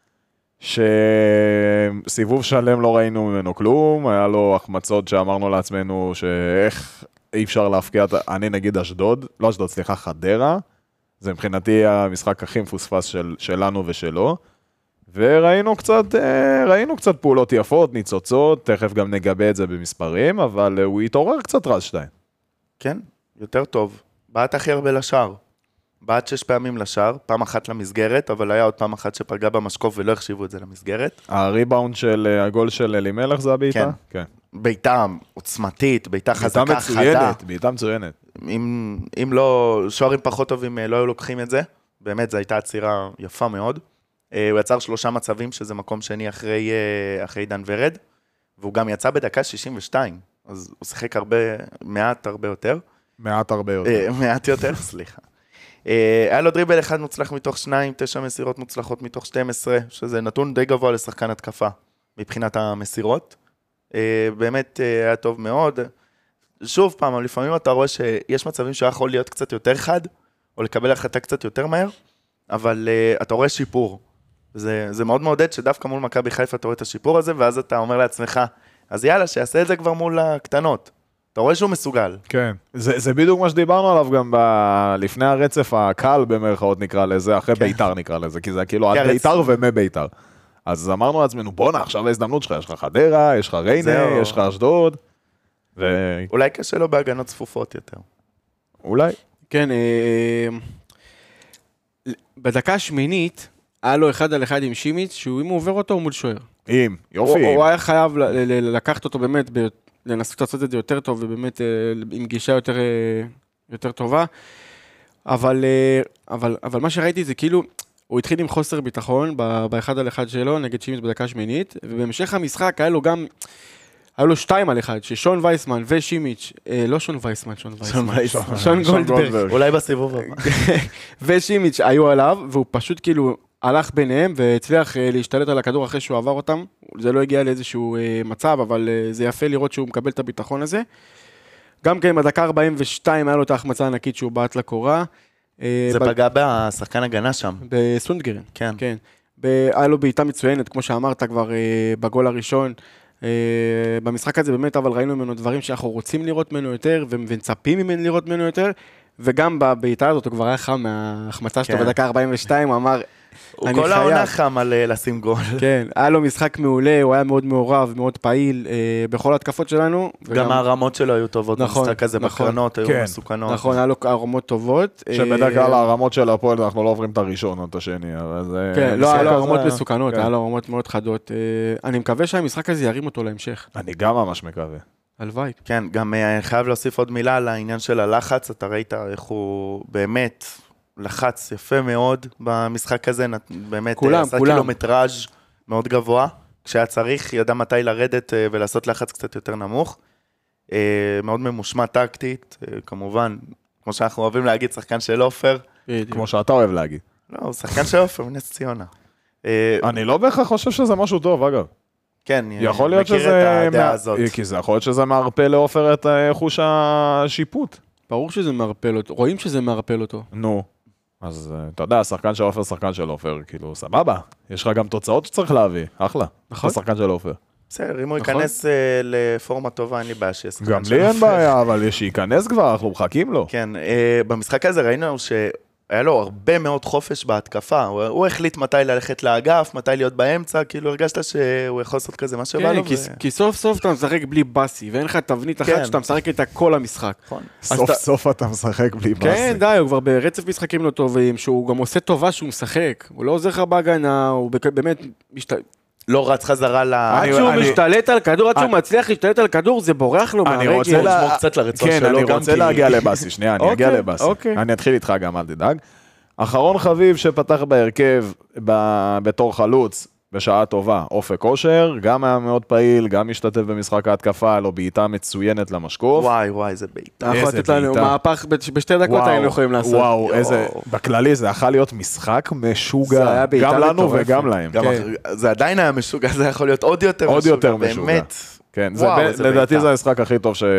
שסיבוב שלם לא ראינו ממנו כלום, היה לו החמצות שאמרנו לעצמנו שאיך אי אפשר להפקיע, אני נגיד אשדוד, לא אשדוד, סליחה, חדרה, זה מבחינתי המשחק הכי מפוספס של, שלנו ושלו, וראינו קצת, ראינו קצת פעולות יפות, ניצוצות, תכף גם נגבה את זה במספרים, אבל הוא התעורר קצת רז שטיין.
כן, יותר טוב. בעט הכי הרבה לשער. בעט שש פעמים לשער, פעם אחת למסגרת, אבל היה עוד פעם אחת שפגע במשקוף ולא החשיבו את זה למסגרת.
הריבאונד של הגול של אלימלך זה הבעיטה?
כן.
כן.
בעיטה עוצמתית, בעיטה חזקה,
בעיטה
חדה.
מצוינת, בעיטה מצוינת.
אם, אם לא, שוערים פחות טובים לא היו לוקחים את זה. באמת, זו הייתה עצירה יפה מאוד. הוא יצר שלושה מצבים, שזה מקום שני אחרי, אחרי דן ורד, והוא גם יצא בדקה שישים ושתיים, אז הוא שיחק הרבה, מעט הרבה יותר.
מעט הרבה יותר.
מעט יותר, סליחה. היה לו דריבל אחד מוצלח מתוך שניים, תשע מסירות מוצלחות מתוך שתים עשרה, שזה נתון די גבוה לשחקן התקפה, מבחינת המסירות. באמת היה טוב מאוד. שוב פעם, לפעמים אתה רואה שיש מצבים שהיה יכול להיות קצת יותר חד, או לקבל החלטה קצת יותר מהר, אבל אתה רואה שיפור. זה, זה מאוד מעודד שדווקא מול מכבי חיפה אתה רואה את השיפור הזה, ואז אתה אומר לעצמך, אז יאללה, שיעשה את זה כבר מול הקטנות. אתה רואה שהוא מסוגל.
כן, זה, זה בדיוק מה שדיברנו עליו גם ב... לפני הרצף הקל במרכאות נקרא לזה, אחרי כן. ביתר נקרא לזה, כי זה כאילו עד הרצ... ביתר ומביתר. אז אמרנו לעצמנו, בוא נה, עכשיו ההזדמנות שלך, יש לך חדרה, יש לך ריינה, זהו. יש לך אשדוד. ו...
אולי קשה לו בהגנות צפופות יותר.
אולי.
כן, אה... בדקה השמינית, היה לו אחד על אחד עם שימיץ, שהוא אם הוא עובר אותו, הוא מול שוער.
אם, יופי.
הוא, הוא היה חייב ל- ל- לקחת אותו באמת, ב- לנסות לעשות את זה יותר טוב, ובאמת אה, עם גישה יותר, אה, יותר טובה. אבל, אה, אבל, אבל מה שראיתי זה כאילו, הוא התחיל עם חוסר ביטחון ב- באחד על אחד שלו, נגד שימיץ בדקה השמינית, ובהמשך המשחק היה לו גם, היה לו שתיים על אחד, ששון וייסמן ושימיץ', אה, לא שון וייסמן, שון וייסמן, שון, שון גולדברג.
אולי בסיבוב הבא.
ושימיץ' היו עליו, והוא פשוט כאילו הלך ביניהם, והצליח אה, להשתלט על הכדור אחרי שהוא עבר אותם. זה לא הגיע לאיזשהו אה, מצב, אבל אה, זה יפה לראות שהוא מקבל את הביטחון הזה. גם כן, בדקה ארבעים ושתיים היה לו את ההחמצה הענקית שהוא בעט לקורה. אה,
זה
ב-
פגע בשחקן הגנה שם.
בסונדגרן.
כן.
כן. ב- היה לו בעיטה מצוינת, כמו שאמרת כבר אה, בגול הראשון. Uh, במשחק הזה באמת, אבל ראינו ממנו דברים שאנחנו רוצים לראות ממנו יותר, ומצפים ממנו לראות ממנו יותר, וגם בבעיטה הזאת הוא כבר היה חם מההחמצה שלו
כן.
בדקה ארבעים ושתיים, הוא אמר,
הוא
אני
כל
חייב.
העונה חם על אה, לשים גול.
כן, היה לו משחק מעולה, הוא היה מאוד מעורב, מאוד פעיל uh, בכל התקפות שלנו.
גם הרמות שלו היו טובות
נכון,
במשחק הזה,
נכון.
בקרנות היו
כן.
מסוכנות.
נכון, היה לו הרמות טובות.
שבדרך כלל
אה,
הרמות של הפועל אנחנו לא עוברים את הראשון או את השני, אבל זה...
כן, לא, היה לו
המשחק
הרמות
הזה-
מסוכנות,
כן.
היה לו הרמות מאוד חדות. אה, אני מקווה שהמשחק הזה ירים אותו להמשך.
אני גם ממש מקווה.
הלוואי.
כן, גם אה, חייב להוסיף עוד מילה על העניין של הלחץ, אתה ראית איך הוא באמת לחץ יפה מאוד במשחק הזה, נת- באמת
כולם,
אה, עשה
כולם.
קילומטראז' מאוד גבוה, כשהיה צריך, ידע מתי לרדת אה, ולעשות לחץ קצת יותר נמוך, אה, מאוד ממושמע טקטית, אה, כמובן, כמו שאנחנו אוהבים להגיד, שחקן של אופר,
בדיוק.
כמו שאתה אוהב להגיד.
לא, הוא שחקן של אופר, מנס ציונה. אה,
אני לא בהכרח חושב שזה משהו טוב, אגב.
כן,
יכול להיות
מכיר
שזה...
את הדעה
מה-
הזאת.
כי זה יכול להיות שזה מערפל לעופר את אה, חוש השיפוט.
ברור שזה מערפל אותו, רואים שזה מערפל אותו.
נו. אז אה, אתה יודע, שחקן של עופר, שחקן של עופר, כאילו, סבבה. יש לך גם תוצאות שצריך להביא, אחלה.
נכון.
אתה שחקן של עופר.
בסדר, אם הוא
נכון.
ייכנס אה, לפורמה טובה, אין לי בעיה שיהיה שחקן
גם
של
לי אין
עופר.
בעיה, אבל שייכנס כבר, אנחנו מחכים לו.
כן, אה, במשחק הזה ראינו שהיה לו הרבה מאוד חופש בהתקפה, הוא, הוא החליט מתי ללכת לאגף, מתי להיות באמצע, כאילו הרגשת שהוא יכול לעשות כזה מה שבא
כן,
לו.
כי,
ו...
כי סוף סוף אתה משחק בלי בסי, ואין לך תבנית אחת
כן.
שאתה משחק איתה כל המשחק.
נכון.
סוף
אתה-
סוף אתה משחק בלי באסי.
כן, די, הוא כבר ברצף משחקים לא טובים, שהוא גם עושה טובה שהוא משחק. הוא לא עוזר לך בהגנה, הוא בכ- באמת... משת...
לא רץ חזרה ל...
עד
אני-
שהוא
אני-
משתלט על כדור, עד שהוא
אני-
מצליח להשתלט על כדור, זה בורח לו
אני
מהרגל.
רוצה
הוא
לה-
ישמור קצת לרצועה
כן,
שלו,
אני
גם
רוצה
כי-
להגיע לבאסי, שנייה, אני אגיע
אוקיי,
לבאסי.
אוקיי.
אני אתחיל איתך גם, אל תדאג. אחרון חביב שפתח בהרכב ב- בתור חלוץ, בשעה טובה, אופק אושר, גם היה מאוד פעיל, גם השתתף במשחק ההתקפה, לו בעיטה מצוינת למשקוף.
וואי, וואי, זה בעיטה.
אתה יכול
איזה
לתת לנו
בעיטה.
מהפך ב- בשתי דקות
וואו,
היינו יכולים לעשות.
וואו,
יואו.
איזה... בכללי זה יכול להיות משחק
זה
משוגע,
היה בעיטה
גם לנו
מטורפת.
וגם להם.
גם
כן.
אח- זה עדיין היה משוגע, זה יכול להיות עוד יותר
עוד
משוגע.
יותר משוגע.
באמת.
כן, זה
וואו,
ב-
איזה
לדעתי
בעיטה.
זה המשחק הכי טוב ש...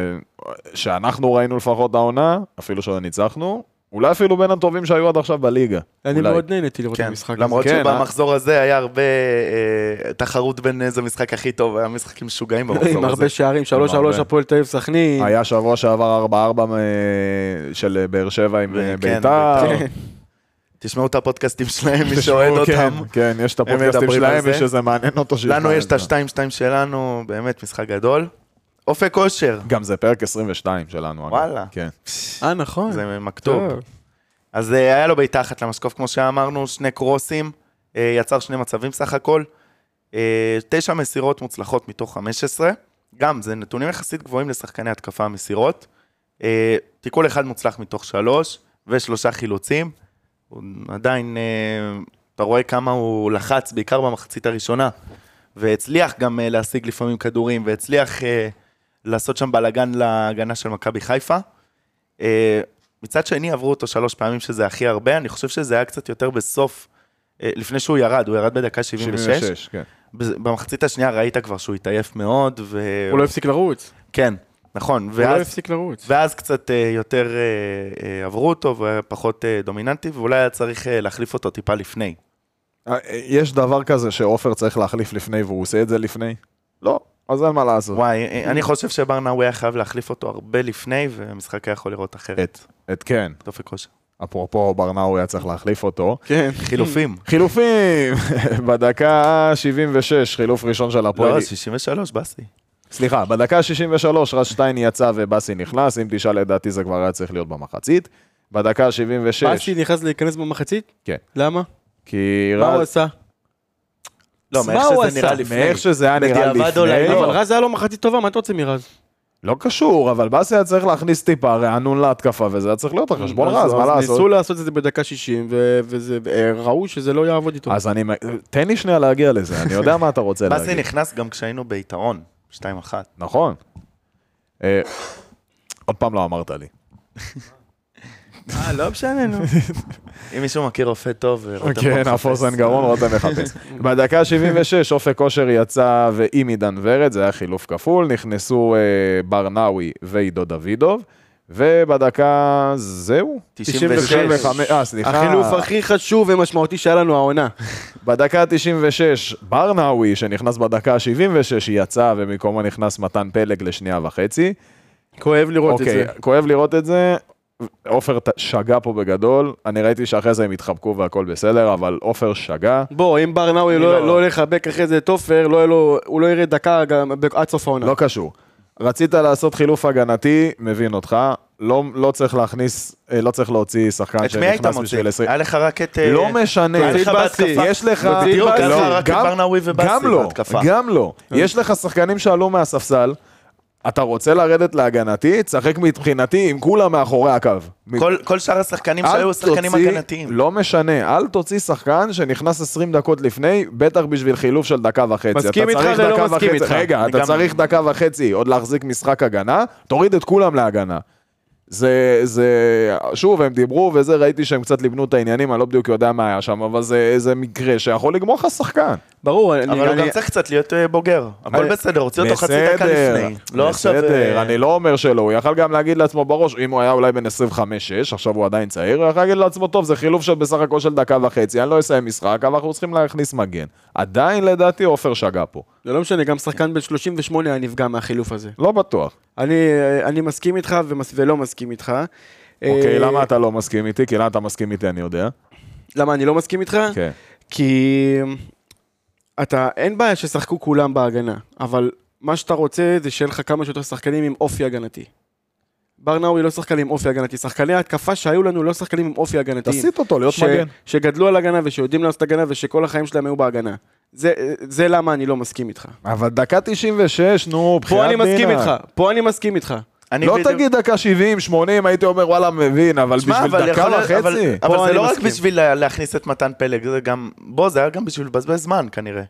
שאנחנו ראינו לפחות העונה, אפילו שניצחנו, אולי אפילו בין הטובים שהיו עד עכשיו בליגה.
אני
אולי.
מאוד נהניתי לראות את
כן,
המשחק הזה.
למרות
כן,
שבמחזור הזה היה הרבה אה, תחרות בין איזה משחק הכי טוב, היה משחקים משוגעים במחזור הזה.
עם הרבה שערים, שלוש שלוש
הרבה.
הפועל תל אביב סכנין.
היה שבוע שעבר ארבע ארבע של באר שבע עם
כן,
ביתר.
ביתר. תשמעו את הפודקאסטים שלהם, מי שאוהד
כן,
אותם.
כן, יש את הפודקאסטים
מדברים על
שלהם,
זה.
מי שזה מעניין אותו. שיבחר
לנו יש את
זה.
השתיים שתיים שלנו, באמת משחק גדול. אופק אושר,
גם זה פרק עשרים ושתיים שלנו. אגב.
וואלה.
כן.
אה, נכון.
זה מכתוב.
טוב.
אז אה, היה לו בעיטה אחת למשקוף, כמו שאמרנו, שני קרוסים, אה, יצר שני מצבים סך הכל, אה, תשע מסירות מוצלחות מתוך חמש עשרה, גם זה נתונים יחסית גבוהים לשחקני התקפה המסירות, אה, תיקול אחד מוצלח מתוך שלוש, ושלושה חילוצים, הוא עדיין, אה, אתה רואה כמה הוא לחץ, בעיקר במחצית הראשונה, והצליח גם אה, להשיג לפעמים כדורים, והצליח אה, לעשות שם בלגן להגנה של מכבי חיפה, אה, מצד שני עברו אותו שלוש פעמים שזה הכי הרבה, אני חושב שזה היה קצת יותר בסוף, לפני שהוא ירד, הוא ירד בדקה שבעים ושש,
שבעים ושש, כן.
במחצית השנייה ראית כבר שהוא התעייף מאוד, ו...
הוא לא הפסיק לרוץ.
כן, נכון,
הוא לא
ואז,
הפסיק לרוץ.
ואז קצת אה, יותר אה, אה, עברו אותו, והיה פחות אה, דומיננטי, ואולי היה צריך אה, להחליף אותו טיפה לפני.
יש דבר כזה שעופר צריך להחליף לפני והוא עושה את זה לפני? לא. אז אין מה לעשות.
וואי, אני חושב שברנאווי היה חייב להחליף אותו הרבה לפני, והמשחק היה יכול לראות אחרת.
את, את כן.
דופק כושר.
אפרופו ברנאווי היה צריך להחליף אותו.
כן.
חילופים.
חילופים! בדקה שבעים ושש, חילוף ראשון של הפועל.
לא, שישים ושלוש, בסי.
סליחה, בדקה שישים ושלוש רז שטיין יצא ובאסי נכנס, אם תשאל לדעתי זה כבר היה צריך להיות במחצית. בדקה שבעים ושש...
באסי נכנס להיכנס במחצית?
כן.
למה?
כי
מה הוא
רז...
עשה?
לא,
מה
מאיך
הוא
שזה נראה
עשה?
לפני.
מאיך שזה היה נראה
בדיעבד אולי
לפני...
לא.
אבל רז היה לו מחצית טובה, מה אתה רוצה מרז?
לא קשור, אבל באסי היה צריך להכניס טיפה רענון להתקפה, וזה היה צריך להיות החשבון רז, מה
אז
לעשות?
ניסו לעשות את זה בדקה שישים, וראו שזה לא יעבוד איתו.
אז אני... תן לי שנייה להגיע לזה, אני יודע מה אתה רוצה
באסי
להגיד.
נכנס גם כשהיינו ביתרון, שתיים אחת.
נכון. אה, עוד פעם לא אמרת לי.
אה, לא משנה, נו.
אם מישהו מכיר רופא טוב, רותם
כן,
פה
הפוסן
מחפש.
גרון, רותם מחפש. בדקה שבעים ושש, אופק כושר יצא ועם עידן ורד, זה היה חילוף כפול, נכנסו אה, ברנאווי ועידו דוידוב, ובדקה זהו.
תשעים ושש.
תשעים וחמש, אה, סליחה.
החילוף הכי חשוב ומשמעותי שהיה לנו העונה.
בדקה תשעים ושש, ברנאווי, שנכנס בדקה שבעים ושש, יצא, ומקומו נכנס מתן פלג לשנייה וחצי.
כואב לראות את
אוקיי,
זה.
כואב לראות את זה. עופר שגה פה בגדול, אני ראיתי שאחרי זה הם התחבקו והכל בסדר, אבל עופר שגה.
בוא, אם ברנאווי
אני
לא
לא-
לא הולך לחבק אחרי זה את עופר, לא יהיה לו- הוא לא יראה דקה גם עד סוף העונה.
לא קשור. רצית לעשות חילוף הגנתי, מבין אותך, לא, לא צריך להכניס, אה, לא צריך להוציא שחקן
את מי היית
שנכנס
מוציא?
בשביל עשרים.
היה לך רק את... אה,
לא משנה,
היה לך
באסי.
בהתקפה.
יש לך,
בדיוק, היה לך
לא,
רק את
גם-
ברנאווי ובאסי
גם לא,
בהתקפה.
גם לא. יש לך שחקנים שעלו מהספסל, אתה רוצה לרדת להגנתי, תשחק מבחינתי עם כולם מאחורי הקו.
כל- כל שאר השחקנים
אל
שהיו שחקנים
תוציא-
הגנתיים.
לא משנה, אל תוציא שחקן שנכנס עשרים דקות לפני, בטח בשביל חילוף של דקה וחצי.
מסכים
אתה
איתך
צריך
ולא
דקה
מסכים
וחצי-
איתך.
רגע, אתה
גם-
צריך דקה וחצי עוד להחזיק משחק הגנה, תוריד את כולם להגנה. זה, זה, שוב, הם דיברו וזה, ראיתי שהם קצת ליבנו את העניינים, אני לא בדיוק יודע מה היה שם, אבל זה, זה מקרה שיכול לגמור לך שחקן.
ברור, אני-
אבל הוא
אני-
גם צריך קצת להיות אה, בוגר. הכל
אני-
בסדר, הוציא אותו חצי דקה
בסדר,
לפני. לא עכשיו...
בסדר,
אה,
אני לא אומר שלא, הוא יכל גם להגיד לעצמו בראש, אם הוא היה אולי בן עשרים וחמש שש, עכשיו הוא עדיין צעיר, הוא יכל להגיד לעצמו, טוב, זה חילוף של בסך הכל של דקה וחצי, אני לא אסיים משחק, אבל אנחנו צריכים להכניס מגן. עדיין לדעתי עופר שגה פה.
זה לא משנה, גם שחקן בן שלושים ושמונה היה נפגע מהחילוף הזה.
לא בטוח.
אני אני מסכים איתך ומס- ולא מסכים איתך.
אוקיי,
אה,
למה אתה לא מסכים איתי? כי למה אתה מסכים איתי, אני יודע.
למה אני לא מסכים איתך?
כן.
כי אתה, אין בעיה ששחקו כולם בהגנה, אבל מה שאתה רוצה זה שיהיה לך כמה שיותר שחקנים עם אופי הגנתי. ברנאווי לא שחקנים עם אופי הגנתי, שחקני ההתקפה שהיו לנו לא שחקנים עם אופי הגנתי.
תסיט אותו, להיות
ש-
מגן.
שגדלו על הגנה ושיודעים לעשות הגנה ושכל החיים שלהם היו בהגנה. זה, זה למה אני לא מסכים איתך.
אבל דקה תשעים ושש, נו,
פה
בחיית
אני מסכים
דינק.
איתך, פה אני מסכים איתך.
אני
לא
בדיוק-
תגיד דקה שבעים, שמונים, הייתי אומר וואלה מבין, אבל
שמע,
בשביל
אבל
דקה
יכול להיות-
וחצי.
אבל-
פה
אבל זה
אני
לא רק
מסכים.
בשביל לה- להכניס את מתן פלג, זה גם... בוא, זה היה גם בשביל לבזבז זמן כנראה.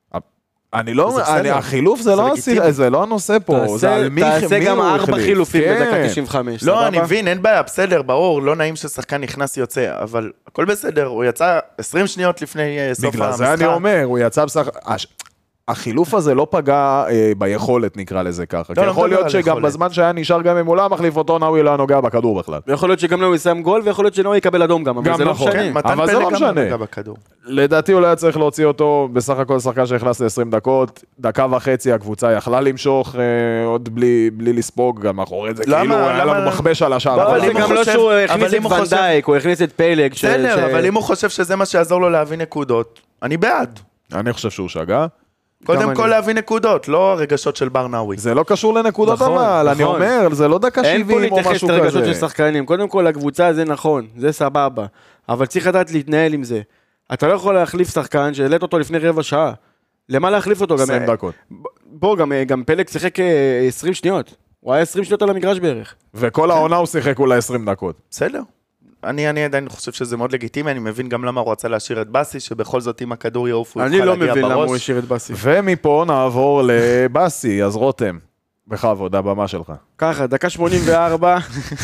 אני לא,
זה
אני,
בסדר.
החילוף זה
זה
לא
לגיטימי.
הסיר- זה לא הנושא פה, זה
תעשה-
על מי
תעשה
מי
גם
הוא
ארבע
החליף.
חילופים
כן.
בדקה תשעים וחמש,
לא,
סבבה?
אני מבין, אין בעיה, בסדר, ברור, לא נעים ששחקן נכנס יוצא, אבל הכל בסדר, הוא יצא עשרים שניות לפני אה, סוף המשחק.
בגלל זה אני אומר, הוא יצא בסך... הש- החילוף הזה לא פגע אה, ביכולת, נקרא לזה ככה. כי
לא
יכול
מדבר
להיות
על
שגם
יכולת.
בזמן שהיה נשאר גם אם הוא לא היה מחליף אותו, נאווי לא היה נוגע בכדור בכלל.
ויכול להיות שגם נאו יסיים גול, ויכול להיות שנאו יקבל אדום גם, אבל
גם
זה לא
נכון.
משנה.
כן, מתן
אבל זה
פלג
לא
גם
משנה.
נגע בכדור.
לדעתי הוא לא היה צריך להוציא אותו, בסך הכל שחקן שנכנס ל-עשרים דקות, דקה וחצי הקבוצה יכלה למשוך אה, עוד בלי, בלי לספוג, גם מאחורי זה,
למה-
כאילו היה
למה-
לנו מכבש על השער.
אבל
אבל
אבל
זה
אם הוא
גם לא
חושב-
שהוא
אבל
הכניס
אם
את
הוא חושב-
ונדייק, הוא הכניס את פלג. ש-
בסדר,
ש-
אבל אם הוא חושב שזה מה שיעזור לו להביא נקודות, אני בעד.
אני חושב שהוא שגה.
קודם
אני.
כל להביא נקודות, לא הרגשות של ברנאווי.
זה לא קשור לנקודות
נכון,
אבל, אני
נכון.
אומר, זה לא דקה
אין פה
שבעים או
להתייחס
משהו
לרגשות
כזה.
של שחקנים. קודם כל, הקבוצה זה נכון, זה סבבה. אבל צריך לדעת להתנהל עם זה. אתה לא יכול להחליף שחקן שהעלית אותו לפני רבע שעה. למה להחליף אותו? גם-
עשרים דקות.
בוא, גם- גם פלג שיחק אה, עשרים שניות. הוא היה עשרים שניות על המגרש בערך.
וכל העונה הוא שיחק אולי עשרים דקות.
בסדר. אני, אני עדיין חושב שזה מאוד לגיטימי, אני מבין גם למה הוא רצה להשאיר את באסי, שבכל זאת אם הכדור יעוף הוא
אני
יוכל
לא
להגיע
מבין למה הוא
בראש.
השאיר את באסי.
ומפה נעבור לבאסי, אז רותם, בכבוד, הבמה שלך.
ככה, דקה שמונים וארבע,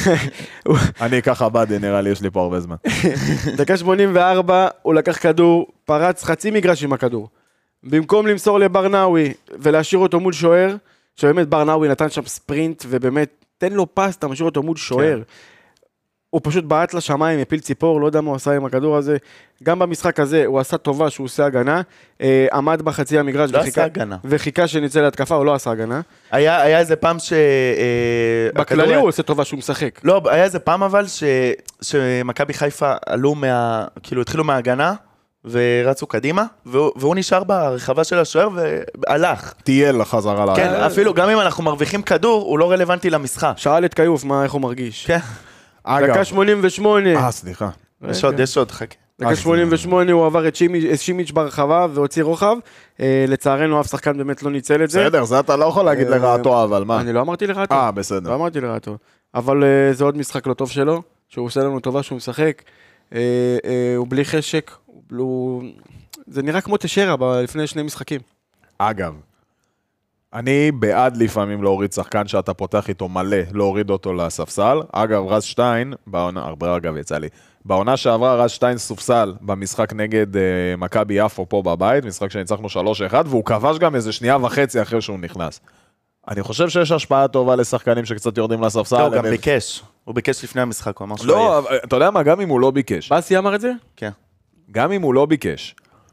אני ככה בדי, נראה לי, יש לי פה הרבה זמן.
דקה שמונים וארבע, הוא לקח כדור, פרץ חצי מגרש עם הכדור. במקום למסור לברנאווי ולהשאיר אותו מול שוער, שבאמת ברנאווי נתן שם ספרינט, ובאמת, תן לו פס, אתה משאיר אותו מול שוער. הוא פשוט בעט לשמיים, הפיל ציפור, לא יודע מה הוא עשה עם הכדור הזה. גם במשחק הזה הוא עשה טובה שהוא עושה הגנה, אה, עמד בחצי המגרש
לא
וחיכה,
עשה הגנה.
וחיכה שנצא להתקפה, הוא לא עשה הגנה.
היה, היה איזה פעם ש... אה,
בכללי
הכדור-
הוא עושה טובה שהוא משחק.
לא, היה איזה פעם אבל ש... שמכבי חיפה עלו מה... כאילו התחילו מההגנה ורצו קדימה, והוא, והוא נשאר ברחבה של השוער והלך.
טייל חזרה לה.
כן, אפילו גם אם אנחנו מרוויחים כדור, הוא לא רלוונטי למשחק.
שאל את קיוף מה, איך הוא מרגיש.
כן.
אגב,
דקה שמונים ושמונה.
אה, סליחה.
יש עוד, יש עוד, חכה.
דקה שמונים ושמונה הוא עבר את שימיץ', את שימיץ' ברחבה והוציא רוחב. אה, לצערנו אף שחקן באמת לא ניצל את זה.
בסדר, זה אתה לא יכול להגיד
אה,
לרעתו, אבל מה?
אני לא אמרתי לרעתו.
אה,
לא
בסדר.
אמרתי לרעתו. אבל אה, זה עוד משחק לא טוב שלו, שהוא עושה לנו טובה שהוא משחק. אה, אה, הוא בלי חשק. הוא... זה נראה כמו תשרה ב- לפני שני משחקים.
אגב, אני בעד לפעמים להוריד שחקן שאתה פותח איתו מלא, להוריד אותו לספסל. אגב, רז שטיין, בעונה, הרבה אגב יצא לי, בעונה שעברה רז שטיין סופסל במשחק נגד אה, מכבי יפו פה בבית, משחק שניצחנו שלוש אחד, והוא כבש גם איזה שנייה וחצי אחרי שהוא נכנס. אני חושב שיש השפעה טובה לשחקנים שקצת יורדים לספסל.
לא, הוא גם
הם-
ביקש. הוא ביקש לפני המשחק, הוא אמר שהוא
לא,
עייף.
אבל אתה יודע מה, גם אם הוא לא ביקש,
באסי אמר את זה?
כן.
גם אם הוא לא ביקש,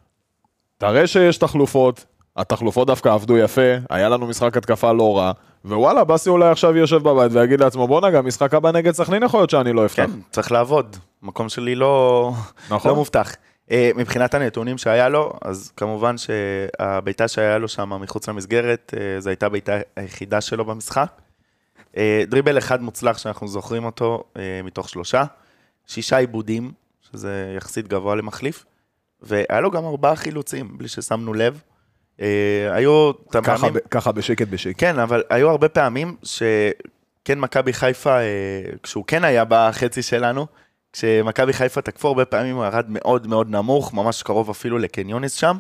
תראה שיש תחלופות, התחלופות דווקא עבדו יפה, היה לנו משחק התקפה לא רע, ווואלה, בסי אולי עכשיו יושב בבית ויגיד לעצמו, בוא נגע, משחק הבא נגד סכנין יכול להיות שאני לא אפתח.
כן, צריך לעבוד. מקום שלי לא,
נכון.
לא מובטח. אה, מבחינת הנתונים שהיה לו, אז כמובן שהביתה שהיה לו שם מחוץ למסגרת, אה, זו הייתה הביתה היחידה שלו במשחק. אה, דריבל אחד מוצלח שאנחנו זוכרים אותו אה, מתוך שלושה, שישה עיבודים, שזה יחסית גבוה למחליף, והיה לו גם ארבעה חילוצים, בלי ששמנו לב. אה, היו את
ככה,
הפעמים...
ב- ככה בשקט בשקט.
כן, אבל היו הרבה פעמים שכן מכבי חיפה, אה, כשהוא כן היה בחצי שלנו, כשמכבי חיפה תקפו הרבה פעמים הוא ירד מאוד מאוד נמוך, ממש קרוב אפילו לקניוניס שם,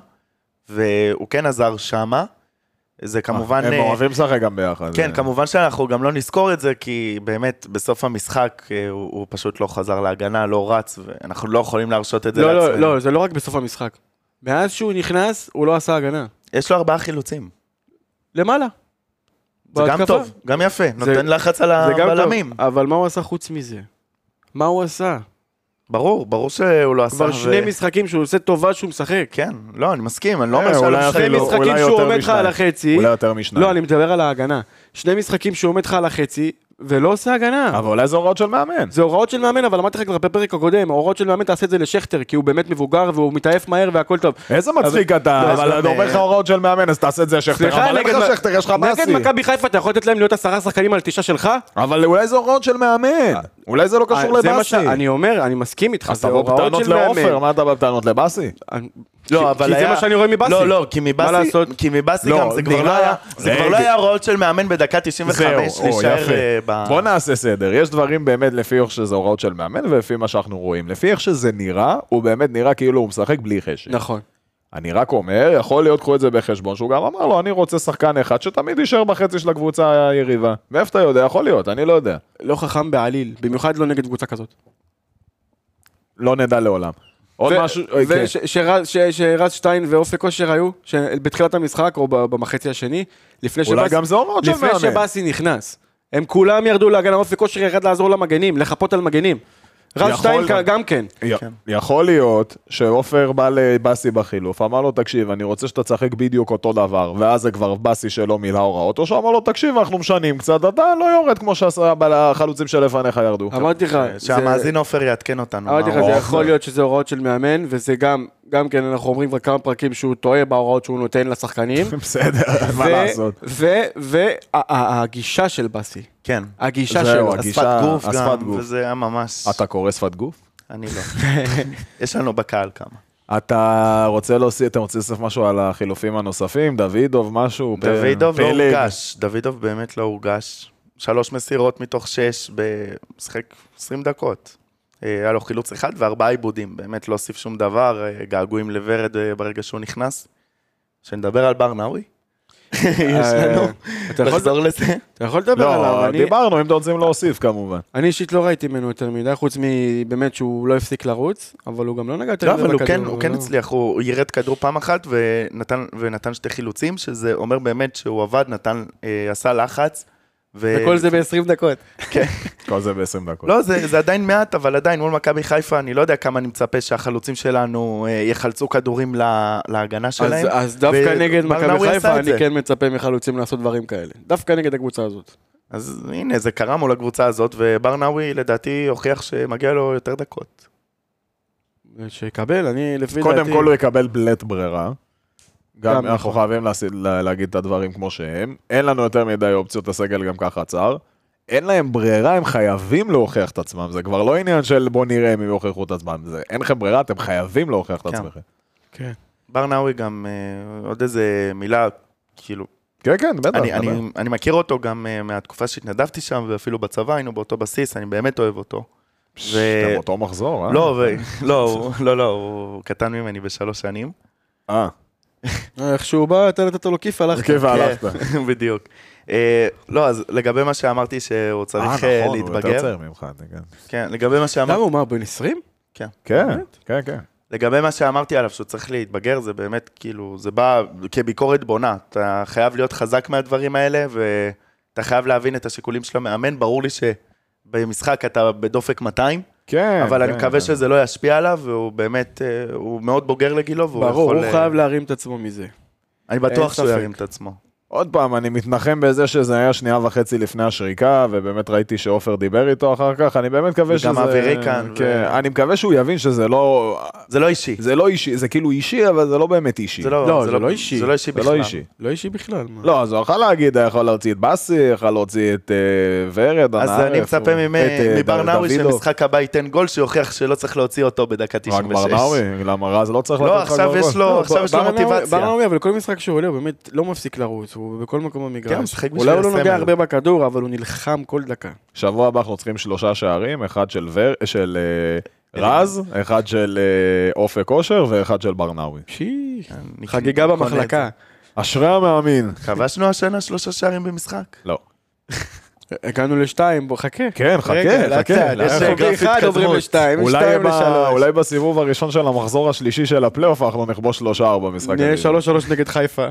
והוא כן עזר שמה. זה כמובן...
הם
אה,
אוהבים לשחק גם ביחד.
כן,
זה-
כמובן שאנחנו גם לא נזכור את זה, כי באמת בסוף המשחק אה, הוא, הוא פשוט לא חזר להגנה, לא רץ, ואנחנו לא יכולים להרשות את זה
לא, לא,
לעצמנו.
לא, זה לא רק בסוף המשחק. מאז שהוא נכנס, הוא לא עשה הגנה.
יש לו ארבעה חילוצים.
למעלה.
זה גם
בהתקפה.
טוב, גם יפה, נותן לחץ על
זה גם טוב.
הבלמים.
אבל מה הוא עשה חוץ מזה? מה הוא עשה?
ברור, ברור שהוא לא עשה.
כבר
ו-
שני משחקים שהוא עושה טובה שהוא משחק.
כן, לא, אני מסכים, אני לא
אה,
אומר
אולי
שלוש
אפילו-
שני
חילוצים.
משחקים
אולי
שהוא
יותר
עומד לך
משניים.
על החצי.
אולי יותר משניים.
לא, אני מדבר על ההגנה. שני משחקים שהוא עומד לך על החצי, ולא עושה הגנה.
אבל אולי זה הוראות של מאמן.
זה הוראות של מאמן, אבל אמרתי לך כבר בפרק הקודם, הוראות של מאמן תעשה את זה לשכטר, כי הוא באמת מבוגר והוא מתעייף מהר והכל טוב.
איזה מצחיק אתה,
לא,
אבל
אז
אני
גם,
אומר לך
אה,
הוראות של מאמן, אז תעשה את זה שכטר.
סליחה,
אבל אין
נגד
לך
מה-
שכטר, יש לך
נגד
באסי.
מכבי חיפה אתה יכול לתת להם להיות עשרה שחקנים על תשעה שלך?
אבל אולי זה הוראות של מאמן. אולי זה לא קשור
אה, זה מה ש-
לבאסי.
אני אומר, אני מסכים איתך,
אז
זה
תבוא
הוראות
בטענות
של
לעופר,
מאמן.
מה אתה בא בטענות לבאסי?
אני-
לא,
כי-
אבל
כי זה
היה...
מה שאני רואה מבאסי.
לא, לא, כי מבאסי,
לעשות?
כי מבאסי
לא,
גם זה כבר
נראה-
לא היה, זה כבר
רגע.
לא היה הוראות של מאמן בדקה תשעים וחמש,
זהו, או,
להישאר
יפה.
אה, ב...
בוא נעשה סדר, יש דברים באמת לפי איך שזה הוראות של מאמן ולפי מה שאנחנו רואים. לפי איך שזה נראה, הוא באמת נראה כאילו הוא משחק בלי חשק.
נכון.
אני רק אומר, יכול להיות קחו את זה בחשבון, שהוא גם אמר לו, אני רוצה שחקן אחד שתמיד יישאר בחצי של הקבוצה היריבה. מאיפה אתה יודע? יכול להיות, אני לא יודע.
לא חכם בעליל, במיוחד לא נגד קבוצה כזאת.
לא נדע לעולם. עוד
ו-
משהו, אוי, כן.
וש- שרז ש- שרז שטיין ואופק כושר היו, ש- בתחילת המשחק או ב- במחצי השני, לפני
אולי
שבאס-
גם זה הוראות של
לפני
מאמן.
שבאסי נכנס. הם כולם ירדו להגנה, אופק כושר ירד לעזור למגנים, לחפות על מגנים. רז
יכול
שטיין
גם.
גם כן.
י- יכול להיות שעופר בא לבאסי בחילוף, אמר לו, תקשיב, אני רוצה שאתה תשחק בדיוק אותו דבר, ואז זה כבר באסי שלא מילא הוראות, או שאמר לו, תקשיב, אנחנו משנים קצת, אתה לא יורד כמו שהחלוצים שלפניך ירדו.
אמרתי לך, זה-
שהמאזין עופר יעדכן אותנו.
אמרתי לך,
מה
זה
הוא-
יכול להיות שזה הוראות של מאמן, וזה גם, גם כן, אנחנו אומרים כבר כמה פרקים שהוא טועה בהוראות שהוא נותן לשחקנים.
בסדר, מה לעשות.
והגישה של באסי,
כן.
הגישה
זהו,
שלו,
הגישה-
השפת גוף
השפת
גם,
גוף.
וזה היה ממש...
אתה קורא שפת גוף?
אני לא. יש לנו בקהל כמה.
אתה רוצה להוסיף, אתה רוצה להוסיף משהו על החילופים הנוספים? דוידוב, משהו? פ-
דוידוב לא
פלג?
הורגש, דוידוב באמת לא הורגש. שלוש מסירות מתוך שש במשחק עשרים דקות. אה, היה לו חילוץ אחד וארבעה עיבודים, באמת לא הוסיף שום דבר, אה, געגועים לוורד אה, ברגע שהוא נכנס. שנדבר על ברנאווי? יש לנו,
אתה יכול-
לחזור לזה.
אתה יכול לדבר עליו,
לא,
אני-
דיברנו, אם אתם רוצים להוסיף כמובן.
אני אישית לא ראיתי ממנו יותר מדי, חוץ מבאמת שהוא לא הפסיק לרוץ, אבל הוא גם לא נגע יותר
לא,
מדי
אבל הוא
בכדור,
כן, הוא כן
לא.
הצליח, הוא הוא ירד כדור פעם אחת ונתן, ונתן שתי חילוצים, שזה אומר באמת שהוא עבד, נתן, אה, עשה לחץ, ו...
וכל זה ב-עשרים דקות.
כן.
כל זה ב-עשרים דקות.
לא, זה, זה עדיין מעט, אבל עדיין מול מכבי חיפה, אני לא יודע כמה אני מצפה שהחלוצים שלנו אה, יחלצו כדורים לה, להגנה שלהם.
אז, אז דווקא
ו-
נגד מכבי
ברנאווי עשה
חיפה,
את
אני
זה.
כן מצפה מחלוצים לעשות דברים כאלה. דווקא נגד הקבוצה הזאת.
אז הנה, זה קרה מול הקבוצה הזאת, וברנאווי לדעתי הוכיח שמגיע לו יותר דקות.
שיקבל, אני לפי דעתי...
קודם כל הוא יקבל בלט ברירה. גם
גם
אנחנו
נכון.
חייבים להס- לה- להגיד את הדברים כמו שהם. אין לנו יותר מדי אופציות, הסגל גם ככה צר. אין להם ברירה, הם חייבים להוכיח את עצמם. זה כבר לא עניין של בוא נראה אם הם יוכיחו את עצמם. זה, אין לכם ברירה, אתם חייבים להוכיח את
כן.
עצמכם.
כן.
ברנאווי גם אה, עוד איזה מילה, כאילו,
כן, כן, בטח.
אני,
דבר.
אני, אני מכיר אותו גם אה, מהתקופה שהתנדבתי שם, ואפילו בצבא היינו באותו בסיס, אני באמת אוהב אותו.
פש, אתם אותו מחזור, אה?
לא, ו... לא, הוא- לא, לא, הוא קטן ממני בשלוש שנים.
אה,
איך שהוא בא, אתה נתת לו כיף, הלכת.
כיף והלכת.
כן, בדיוק. אה, לא, אז לגבי מה שאמרתי שהוא צריך אה,
אה, נכון, הוא יותר
להתבגר,
צעיר ממך. אתה כן.
כן, לגבי מה שאמרתי,
למה הוא מה, בן עשרים?
כן.
כן, כן, כן.
לגבי מה שאמרתי עליו, שהוא צריך להתבגר, זה באמת, כאילו, זה בא כביקורת בונה. אתה חייב להיות חזק מהדברים האלה, ואתה חייב להבין את השיקולים של המאמן. ברור לי שבמשחק אתה בדופק מאתיים,
כן,
אבל אני
כן,
מקווה
כן.
שזה לא ישפיע עליו, והוא באמת, אה, הוא מאוד בוגר לגילו, והוא
ברור,
יכול...
הוא
אה,
חייב להרים את עצמו מזה.
אני בטוח
אין
שהוא
ספק.
ירים את עצמו.
עוד פעם, אני מתנחם בזה שזה היה שנייה וחצי לפני השריקה, ובאמת ראיתי שאופר דיבר איתו אחר כך, אני באמת מקווה שזה...
וגם אבירי כאן,
כן,
ו-
אני מקווה שהוא יבין שזה לא...
זה לא אישי.
זה לא אישי, זה כאילו אישי, אבל זה לא באמת אישי.
זה לא,
לא, זה לא אישי.
זה לא אישי
זה
בכלל.
לא אישי.
לא אישי בכלל. מה?
לא, אז הוא יכול להגיד, יכול להוציא את בסי, יכול להוציא את אה, ורד,
אז
הנערף,
אני מצפה
או-
ממ-
את, אה,
מברנאווי
דוידוב.
שמשחק הבא ייתן גול, שיוכיח שלא צריך להוציא אותו בדקה תשעים
רק
ושש.
ברנאווי, למה רז לא צריך
לא,
לתת לך
עכשיו
גול
יש
גול.
לו-
לא,
עכשיו יש לו
ברנאווי-
מוטיבציה.
ברנאווי, אבל כל משחק שהוא עולה, הוא באמת לא מפסיק לרוץ, הוא בכל מקום במגרש.
כן, משחק בשביל
אולי הוא לא
הסמל.
נוגע הרבה בכדור, אבל הוא נלחם כל דקה.
שבוע הבא אנחנו צריכים שלושה שערים, אחד של ור- של אה, רז, אחד של אה, אופק אושר ואחד של ברנאווי.
שי,
אני
חגיגה
קונה את
במחלקה.
אשרי המאמין.
זה. כבשנו השנה שלושה שערים במשחק.
לא.
הגענו לשתיים, בוא חכה.
כן, חכה,
רגע, לאט
חכה.
לאט,
לאט.
יש
אה,
חוגי
גרפית
אחד עוברים
קדמות.
לשתיים,
אולי
שתיים
ב-
לשלוש.
אולי בסיבוב הראשון של המחזור השלישי של הפלייאוף אנחנו נכבוש שלושה ארבע במשחק.
נהיה
הליגה.
שלוש שלוש נגד חיפה.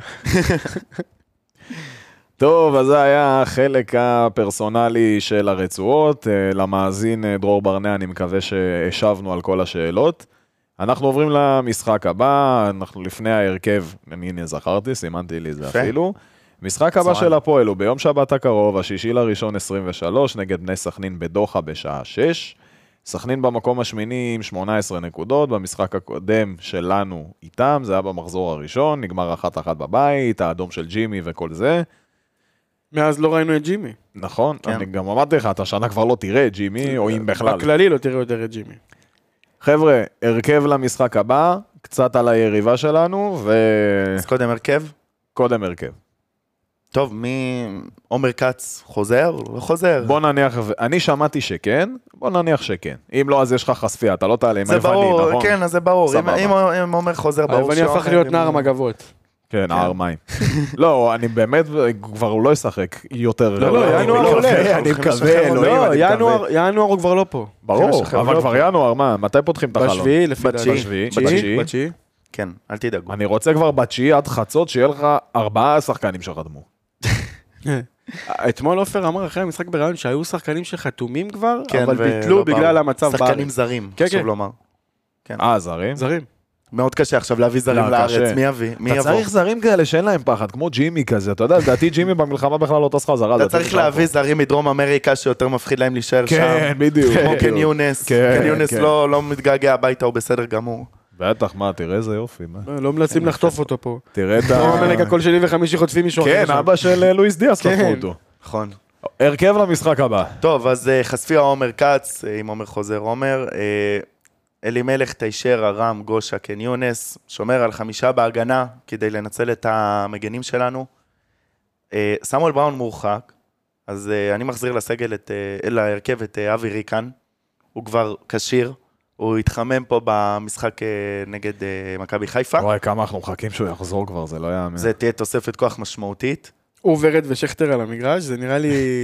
טוב, אז זה היה החלק הפרסונלי של הרצועות. אה, למאזין אה, דרור ברנע, אני מקווה שהשבנו על כל השאלות. אנחנו עוברים למשחק הבא, אנחנו לפני ההרכב, אני הנה זכרתי, סימנתי לי זה
יפה.
אפילו. משחק הבא
צוען.
של הפועל הוא ביום שבת הקרוב, השישי לראשון עשרים ושלוש, נגד בני סכנין בדוחה בשעה שש. סכנין במקום השמיני עם שמונה עשרה נקודות, במשחק הקודם שלנו איתם, זה היה במחזור הראשון, נגמר אחת אחת בבית, האדום של ג'ימי וכל זה.
מאז לא ראינו את ג'ימי.
נכון,
כן.
אני גם אמרתי לך, אתה שנה כבר לא תראה את ג'ימי, או אם בכלל.
בכללי לא תראה יותר את ג'ימי.
חבר'ה, הרכב למשחק הבא, קצת על היריבה שלנו,
אז קודם הרכב.
וקודם הרכב.
טוב, מי... עומר כץ חוזר? לא חוזר.
בוא נניח, אני שמעתי שכן, בוא נניח שכן. אם לא, אז יש לך חשפייה, אתה לא תעלה עם
זה
היווני,
ברור,
נכון?
כן, אז זה ברור. אם-
סבבה.
אם אם עומר חוזר, ברור
היווני הפך להיות נער המגבות.
כן, נער מים. לא, אני באמת, כבר הוא לא ישחק יותר.
לא, לא, ינואר
לא,
הולך.
אני
הולכים
מקווה,
לשחרר אותו.
אלוהים,
לא,
אני
ינואר-
מקווה.
ינואר הוא כבר לא פה.
ברור,
לשחרר
אבל
אותו.
כבר ינואר, מה? מתי פותחים את החלון?
בשביעי, לפי דעתי.
בתשיעי.
בשביעי,
בתשיעי?
בתשיעי.
בתשיעי?
כן, אל תדאגו.
אני רוצה כבר בתשיעי עד חצות, שיהיה לך ארבעה שחקנים שחתמו.
אתמול עופר אמר אחרי המשחק בראיון שהיו שחקנים שחתומים כבר,
כן,
אבל
ולא
ביטלו
באו.
בגלל המצב
שחקנים
בארץ.
זרים,
כן,
חשוב
כן.
לומר.
אה, זרים?
זרים.
מאוד קשה עכשיו להביא זרים
לא,
לארץ,
קשה.
מי יביא? מי
אתה
יבוא?
צריך זרים כאלה שאין להם פחד, כמו ג'ימי כזה, אתה יודע, לדעתי ג'ימי במלחמה בכלל לא טס חזרה.
אתה צריך להביא זרים מדרום אמריקה שיותר מפחיד להם להישאר שם.
כן, בדיוק.
כמו
בדיוק.
קן יונס,
כן,
קן יונס
כן.
לא לא מתגעגע הביתה, הוא בסדר גמור.
בטח, מה, תראה איזה יופי, מה?
לא מנסים לחטוף אותו פה.
תראה את
דרום
ה...
אמריקה כל שני וחמישי חוטפים מישהו
כן,
שם.
אבא של אה, לואיס דיאס
כן.
חטפו אותו.
נכון.
הרכב למשחק הבא.
טוב, אז אה, חשפיה עומר כץ, אה, אם עומר חוזר עומר, אה, אלימלך, תיישר, ארם, גושה, קן יונס, שומר על חמישה בהגנה כדי לנצל את המגנים שלנו. אה, סמואל בראון מורחק, אז אה, אני מחזיר לסגל, את, אה, להרכב את אה, אבי ריקן, הוא כבר כשיר, הוא התחמם פה במשחק אה, נגד אה, מכבי חיפה,
וואי, כמה אנחנו מחכים שהוא יחזור כבר, זה לא יאמן.
זה תהיה תוספת כוח משמעותית.
הוא ורד ושכטר על המגרש, זה נראה לי...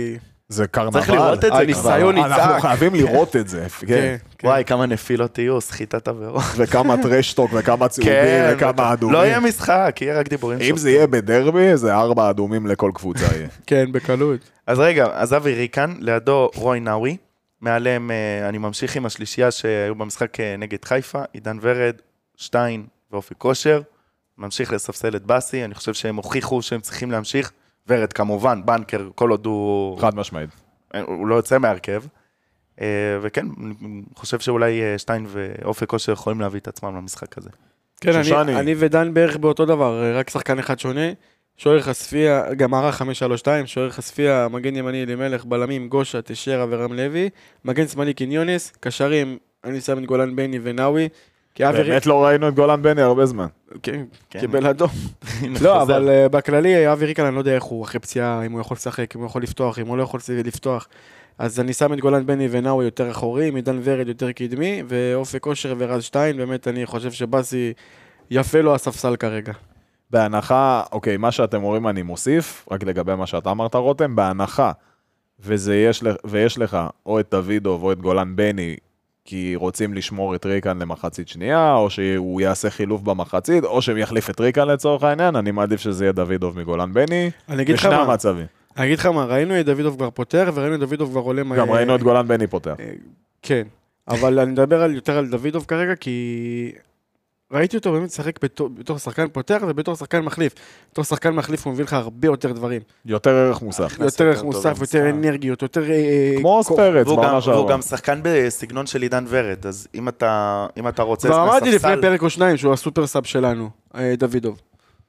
זה קרנבל.
צריך לראות את זה
הניסיון
כבר.
יצעק.
אנחנו חייבים לראות את זה. כן.
כן.
וואי, כמה נפילות יהיו, סחיטת עבירות.
וכמה טרשטוק וכמה צהובים
כן,
וכמה אדומים.
לא יהיה משחק, יהיה רק דיבורים.
אם זה יהיה בדרבי, זה ארבע אדומים לכל קבוצה יהיה.
כן, בקלות.
אז רגע, אז אבי ריקן, לידו רוי נאווי, מעליהם אני ממשיך עם השלישייה שהיו במשחק נגד חיפה, עידן ורד, שטיין ואופי כושר, ממשיך לספסל את בסי, אני חושב שהם הוכיחו שהם צריכים להמשיך, ורד כמובן, בנקר, כל עוד הוא...
חד משמעית.
הוא לא יוצא מהרכב, וכן, אני חושב שאולי שטיין ואופי כושר יכולים להביא את עצמם למשחק הזה.
כן,
שושני.
אני, אני ודן בערך באותו דבר, רק שחקן אחד שונה. שוער חשפיה, גם מערך חמש שלוש שתיים, שוער חשפיה, מגן ימני אלימלך, בלמים גושה, תשרה ורם לוי, מגן שמאלי קיניונס, קשרים, אני שם את גולן בני ונאווי.
באמת לא ראינו את גולן בני הרבה זמן.
כן,
כן.
קיבל אדום. לא, אבל uh, בכללי, אבי ריקן, אני לא יודע איך הוא, אחרי פציעה, אם הוא יכול לשחק, אם הוא יכול לפתוח, אם הוא לא יכול לפתוח. אז אני שם את גולן בני ונאווי יותר אחורי, עידן ורד יותר קדמי, ואופק כושר ורז שטיין, באמת אני חושב שבאסי יפה לו הספסל כרגע.
בהנחה, אוקיי, מה שאתם אומרים אני מוסיף, רק לגבי מה שאתה אמרת רותם, בהנחה, וזה יש, ויש לך או את דוידוב או את גולן בני, כי רוצים לשמור את ריקן למחצית שנייה, או שהוא יעשה חילוף במחצית, או שהוא יחליף את ריקן לצורך העניין, אני מעדיף שזה יהיה דוידוב מגולן בני, בשני המצבים.
אני אגיד לך מה, ראינו את דוידוב כבר פותח, וראינו את דוידוב כבר עולה...
גם ראינו את גולן בני פותח.
כן, אבל אני מדבר יותר על דוידוב כרגע, כי ראיתי אותו באמת לשחק בתור שחקן פותח ובתור שחקן מחליף. בתור שחקן מחליף הוא מביא לך הרבה יותר דברים.
יותר ערך מוסף.
יותר ערך מוסף, יותר אנרגיות, יותר...
כמו ספרץ, בעונה שעברה.
והוא גם שחקן בסגנון של עידן ורד, אז אם אתה רוצה...
כבר אמרתי לפני פרק או שניים שהוא הסופר סאב שלנו, דוידוב.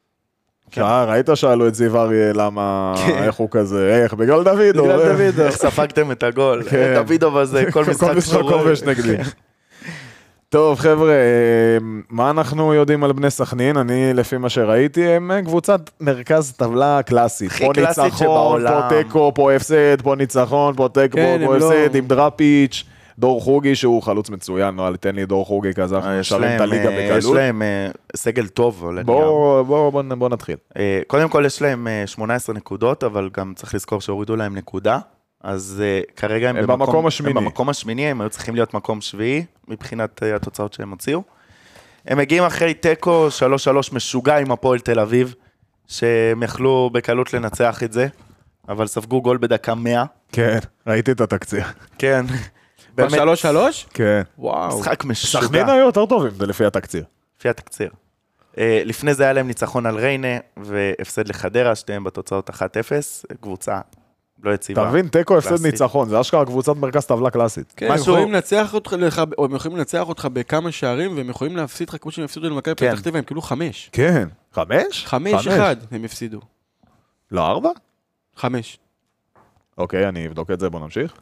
ראית שאלו את זיו אריה למה, איך הוא כזה, איך, בגלל דוידוב.
בגלל דוידוב.
איך ספגתם את הגול, דוידוב הזה, כל משחק
כובש נגדי. טוב חבר'ה, מה אנחנו יודעים על בני סכנין? אני לפי מה שראיתי, הם קבוצת מרכז טבלה קלאסית.
הכי קלאסית שבעולם.
פה תיקו, פה הפסד, פה ניצחון, פה תיקו, פה הפסד, עם דראפיץ', דור חוגי שהוא חלוץ מצוין, לא, תן לי דור חוגי כזה, אנחנו נשארים את הליגה בקלות.
יש להם סגל טוב.
בואו נתחיל.
קודם כל יש להם שמונה עשרה נקודות, אבל גם צריך לזכור שהורידו להם נקודה. אז uh, כרגע הם,
הם במקום, במקום השמיני.
הם במקום השמיני, הם היו צריכים להיות מקום שביעי, מבחינת uh, התוצאות שהם הוציאו. הם מגיעים אחרי טקו שלוש שלוש משוגע עם הפועל תל אביב, שהם יכלו בקלות לנצח את זה, אבל ספגו גול בדקה מאה.
כן, ראיתי את התקציר.
כן.
בשלוש שלוש?
כן.
וואו.
משחק משוגע.
סכנין היו יותר טובים, זה לפי התקציר.
לפי התקציר. Uh, לפני זה היה להם ניצחון על ריינה, והפסד לחדרה, שתיהם בתוצאות אחת אפס, קבוצה. לא יציבה.
תבין, תיקו הפסד ניצחון, זה אשכרה קבוצת מרכז טבלה קלאסית.
כן, הם יכולים לנצח אותך, או הם יכולים לנצח אותך בכמה שערים, והם יכולים להפסיד לך כמו שהם הפסידו למכבי פתח תקווה, הם כאילו חמש.
כן. חמש?
חמש אחד הם הפסידו.
לא ארבע?
חמש.
אוקיי, אני אבדוק את זה, בוא נמשיך.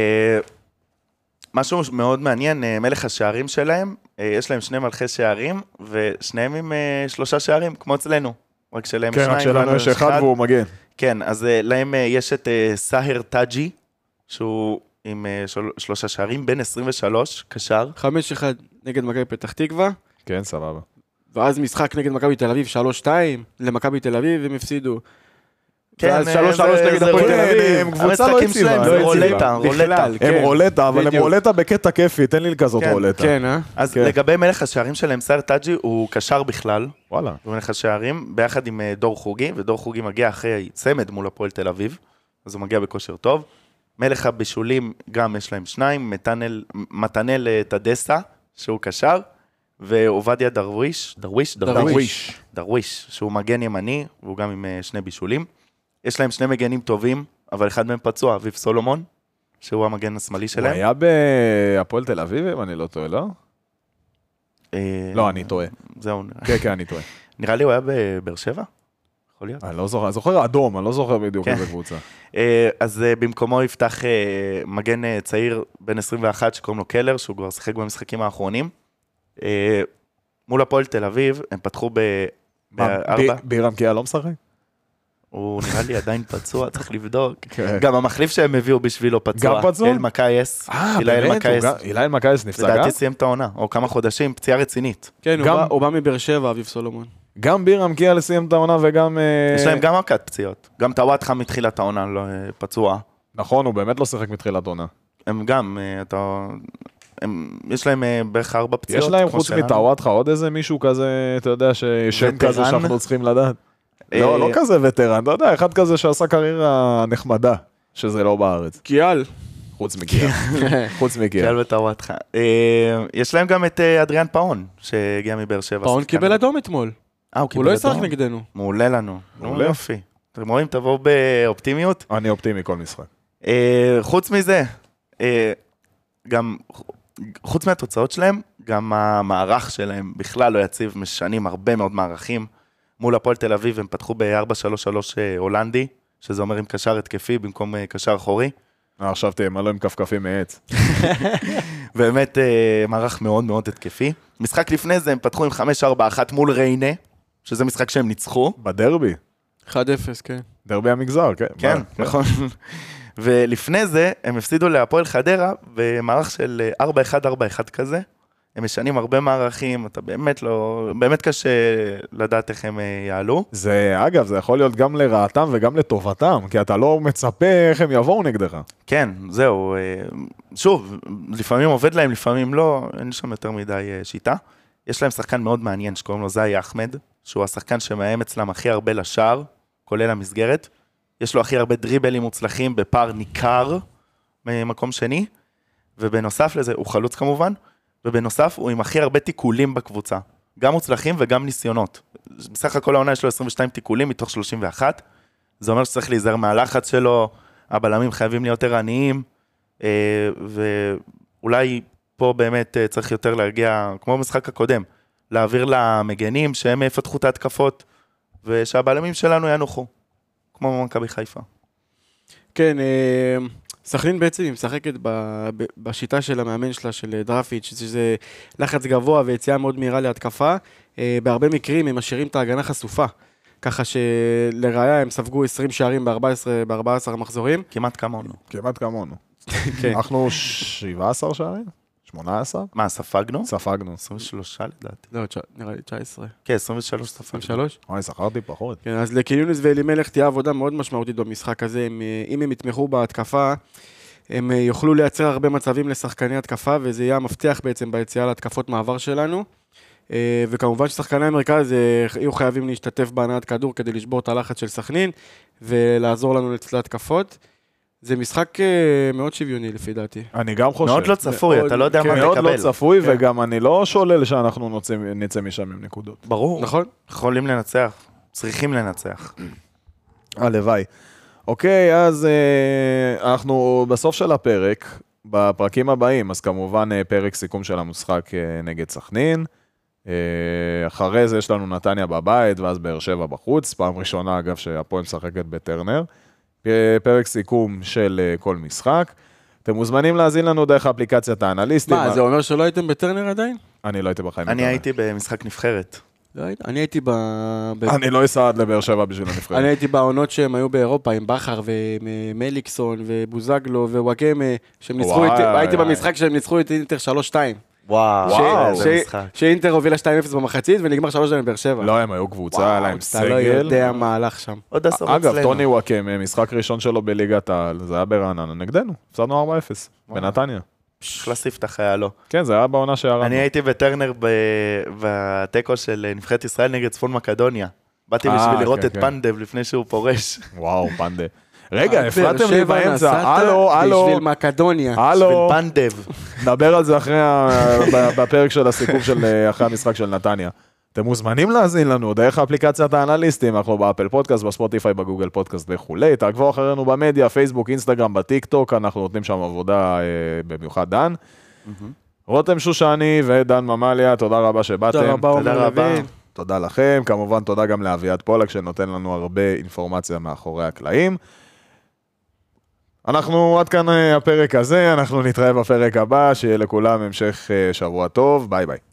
משהו מאוד מעניין, מלך השערים שלהם, יש להם שני מלכי שערים, ושניהם עם שלושה שערים, כמו אצלנו. רק שלהם שניים.
כן, רק שלנו יש אחד והוא מגן.
כן, אז להם יש את סהר טאג'י, שהוא עם של, שלושה שערים, בין עשרים ושלוש, קשר.
חמש אחד נגד מכבי פתח תקווה.
כן, סבבה.
ואז משחק נגד מכבי תל אביב, שלוש שתיים, למכבי תל אביב הם הפסידו.
כן,
ואז שלוש שלוש נגד הפועל תל אביב.
הם קבוצה לא יציבה.
הם רולטה, רולטה.
הם רולטה, אבל הם רולטה בקטע כיפי, תן לי לכזאת רולטה.
כן, אה?
אז לגבי מלך השערים שלהם, סהר טאג'י, הוא קשר בכלל.
וואלה.
הוא מלך השערים, ביחד עם דור חוגי, ודור חוגי מגיע אחרי צמד מול הפועל תל אביב, אז הוא מגיע בכושר טוב. מלך הבישולים גם יש להם שניים, מתנאל תדסה, שהוא קשר, ועובדיה דרוויש, דרוויש,
דרוויש,
דרוויש, שהוא מגן ימני, והוא גם עם שני בישולים. יש להם שני מגנים טובים, אבל אחד מהם פצוע, אביב סולומון, שהוא המגן השמאלי שלהם.
הוא היה בהפועל תל אביב, אם אני לא טועה, לא? לא, אני טועה.
זהו, נראה.
כן, כן, אני טועה.
נראה לי הוא היה בבאר שבע? יכול להיות?
אני לא זוכר, אני זוכר אדום, אני לא זוכר בדיוק איזה קבוצה.
אז במקומו יפתח מגן צעיר בן עשרים ואחת שקוראים לו קלר, שהוא כבר שיחק במשחקים האחרונים. מול הפועל תל אביב, הם פתחו בארבע.
בירם קיאל לא משחק?
הוא נראה לי עדיין פצוע, צריך לבדוק. גם המחליף שהם הביאו בשבילו פצוע.
גם פצוע?
אל מקייס.
אה, באמת? אילי מקייס נפצע גם?
לדעתי סיים את העונה, או כמה חודשים, פציעה רצינית.
כן, הוא בא מבאר שבע, אביב סולומון.
גם בירם קיאל סיים את העונה וגם...
יש להם גם מכת פציעות. גם טוואטחה מתחילת העונה פצוע.
נכון, הוא באמת לא שיחק מתחילת עונה.
הם גם, אה, אתה... הם, יש להם אה, בערך ארבע פציעות.
יש להם
כמו
חוץ
שלנו.
מטאוואטחה עוד איזה מישהו כזה, אתה יודע, ששם
וטרן?
כזה שאנחנו צריכים לדעת.
אה,
לא, לא כזה וטרן, אתה יודע, אחד כזה שעשה קריירה נחמדה, שזה לא בארץ.
קיאל.
חוץ מגיע. חוץ מגיע.
קיאל וטאואטחה. אה, יש להם גם את אה, אדריאן פאון, שהגיע מבאר שבע.
פאון
שחקן.
קיבל אדום אתמול.
אה, הוא
הוא
קיבל
לא
אדום?
ישחק נגדנו.
מעולה לנו.
מעולה.
מעולה. יופי. אתם רואים, תבואו באופטימיות.
אני אופטימי כל משחק.
אה, חוץ מזה, אה, גם, חוץ מהתוצאות שלהם, גם המערך שלהם בכלל לא יציב, משנים הרבה מאוד מערכים. מול הפועל תל אביב הם פתחו ב-ארבע שלוש שלוש הולנדי, שזה אומר עם קשר התקפי במקום אה, קשר אחורי.
עכשיו תהיה מלא עם כפכפים מעץ.
באמת אה, מערך מאוד מאוד התקפי. משחק לפני זה הם פתחו עם חמש ארבע אחת מול ריינה, שזה משחק שהם ניצחו.
בדרבי.
אחד אפס, כן.
דרבי המגזר, כן.
כן,
מה?
נכון. ולפני זה הם הפסידו להפועל חדרה במערך של ארבע אחד ארבע אחד כזה. הם משנים הרבה מערכים, אתה באמת לא, באמת קשה לדעת איך הם יעלו.
זה, אגב, זה יכול להיות גם לרעתם וגם לטובתם, כי אתה לא מצפה איך הם יבואו נגדך.
כן, זהו. שוב, לפעמים עובד להם, לפעמים לא, אין שם יותר מדי שיטה. יש להם שחקן מאוד מעניין שקוראים לו זאי אחמד, שהוא השחקן שמאיים אצלם הכי הרבה לשער, כולל המסגרת. יש לו הכי הרבה דריבלים מוצלחים בפער ניכר ממקום שני, ובנוסף לזה, הוא חלוץ כמובן, ובנוסף הוא עם הכי הרבה תיקולים בקבוצה, גם מוצלחים וגם ניסיונות. בסך הכל העונה יש לו עשרים ושתיים תיקולים מתוך שלושים ואחת, זה אומר שצריך להיזהר מהלחץ שלו, הבלמים חייבים להיות ערניים, ואולי פה באמת צריך יותר להגיע, כמו במשחק הקודם, להעביר למגנים שהם יפתחו את ההתקפות, ושהבלמים שלנו ינוחו, כמו במכבי חיפה.
כן, סכנין בעצם היא משחקת בשיטה של המאמן שלה, של דרפיץ', שזה לחץ גבוה ויציאה מאוד מהירה להתקפה. בהרבה מקרים הם משאירים את ההגנה חשופה, ככה שלראיה הם ספגו עשרים שערים ב-ארבע עשרה מחזורים.
כמעט כמונו.
כמעט כמונו.
כן.
אנחנו שבעה עשר שערים? שמונה עשר?
מה, ספגנו?
ספגנו.
עשרים ושלוש לדעתי.
לא, נראה לי תשע עשרה.
כן, עשרים ושלוש ספגנו.
עשרים ושלוש?
אוי, שכרתי פחות.
כן, אז לקיוניס ואלימלך תהיה עבודה מאוד משמעותית במשחק הזה. הם, אם הם יתמכו בהתקפה, הם יוכלו לייצר הרבה מצבים לשחקני התקפה, וזה יהיה המפתח בעצם ביציאה להתקפות מעבר שלנו. וכמובן ששחקני המרכז יהיו חייבים להשתתף בהנעת כדור כדי לשבור את הלחץ של סכנין, ולעזור לנו לצלת התקפות. זה משחק מאוד שוויוני לפי דעתי.
אני גם חושב.
מאוד לא צפוי, אתה לא יודע מה תקבל.
מאוד לא צפוי, וגם אני לא שולל שאנחנו נצא משם עם נקודות.
ברור.
נכון?
יכולים לנצח, צריכים לנצח.
הלוואי. אוקיי, אז אנחנו בסוף של הפרק, בפרקים הבאים, אז כמובן פרק סיכום של המשחק נגד סכנין. אחרי זה יש לנו נתניה בבית, ואז באר שבע בחוץ. פעם ראשונה, אגב, שהפועל משחקת בטרנר. פרק סיכום של כל משחק. אתם מוזמנים להזין לנו דרך האפליקציית האנליסטים.
מה, זה אומר שלא הייתם בטרנר עדיין?
אני לא הייתי בחיים.
אני הייתי במשחק נבחרת.
לא הייתי, אני הייתי ב...
אני לא אסעד לבאר שבע בשביל הנבחרת.
אני הייתי בעונות שהם היו באירופה, עם בכר ומליקסון ובוזגלו ווואקמה, שהם ניצחו איתי, הייתי במשחק שהם ניצחו את אינטר שלוש שתיים.
וואו, זה משחק.
שאינטר הובילה שתיים אפס במחצית ונגמר שלוש שתיים בבאר שבע.
לא, הם היו קבוצה, היה להם סגל.
אתה לא יודע מה הלך שם.
עוד עשור אצלנו.
אגב, טוני וואקמה, משחק ראשון שלו בליגת העל, זה היה ברעננה, נגדנו, הפסדנו ארבע אפס, בנתניה.
צריך להוסיף את החיה לו.
כן, זה היה בעונה שהרמנו.
אני הייתי בטרנר בטקו של נבחרת ישראל נגד צפון מקדוניה. באתי בשביל לראות את פנדב לפני שהוא פורש.
וואו, פנדב. רגע, הפרעתם לי באמצע, הלו, הלו.
בשביל מקדוניה.
הלו.
בשביל פנדב.
נדבר על זה בפרק של הסיכום של אחרי המשחק של נתניה. אתם מוזמנים להזין לנו דרך האפליקציית האנליסטים, אנחנו באפל פודקאסט, בספוטיפיי, בגוגל פודקאסט וכולי. תעקבו אחרינו במדיה, פייסבוק, אינסטגרם, בטיק טוק, אנחנו נותנים שם עבודה במיוחד דן. רותם שושני ודן ממליה, תודה רבה שבאתם.
תודה רבה, עומר לוין.
תודה לכם, כמובן תודה גם לאביעד פולק שנותן לנו הרבה אינפורמציה מאחורי הקלעים. אנחנו עד כאן הפרק הזה, אנחנו נתראה בפרק הבא, שיהיה לכולם המשך שבוע טוב, ביי ביי.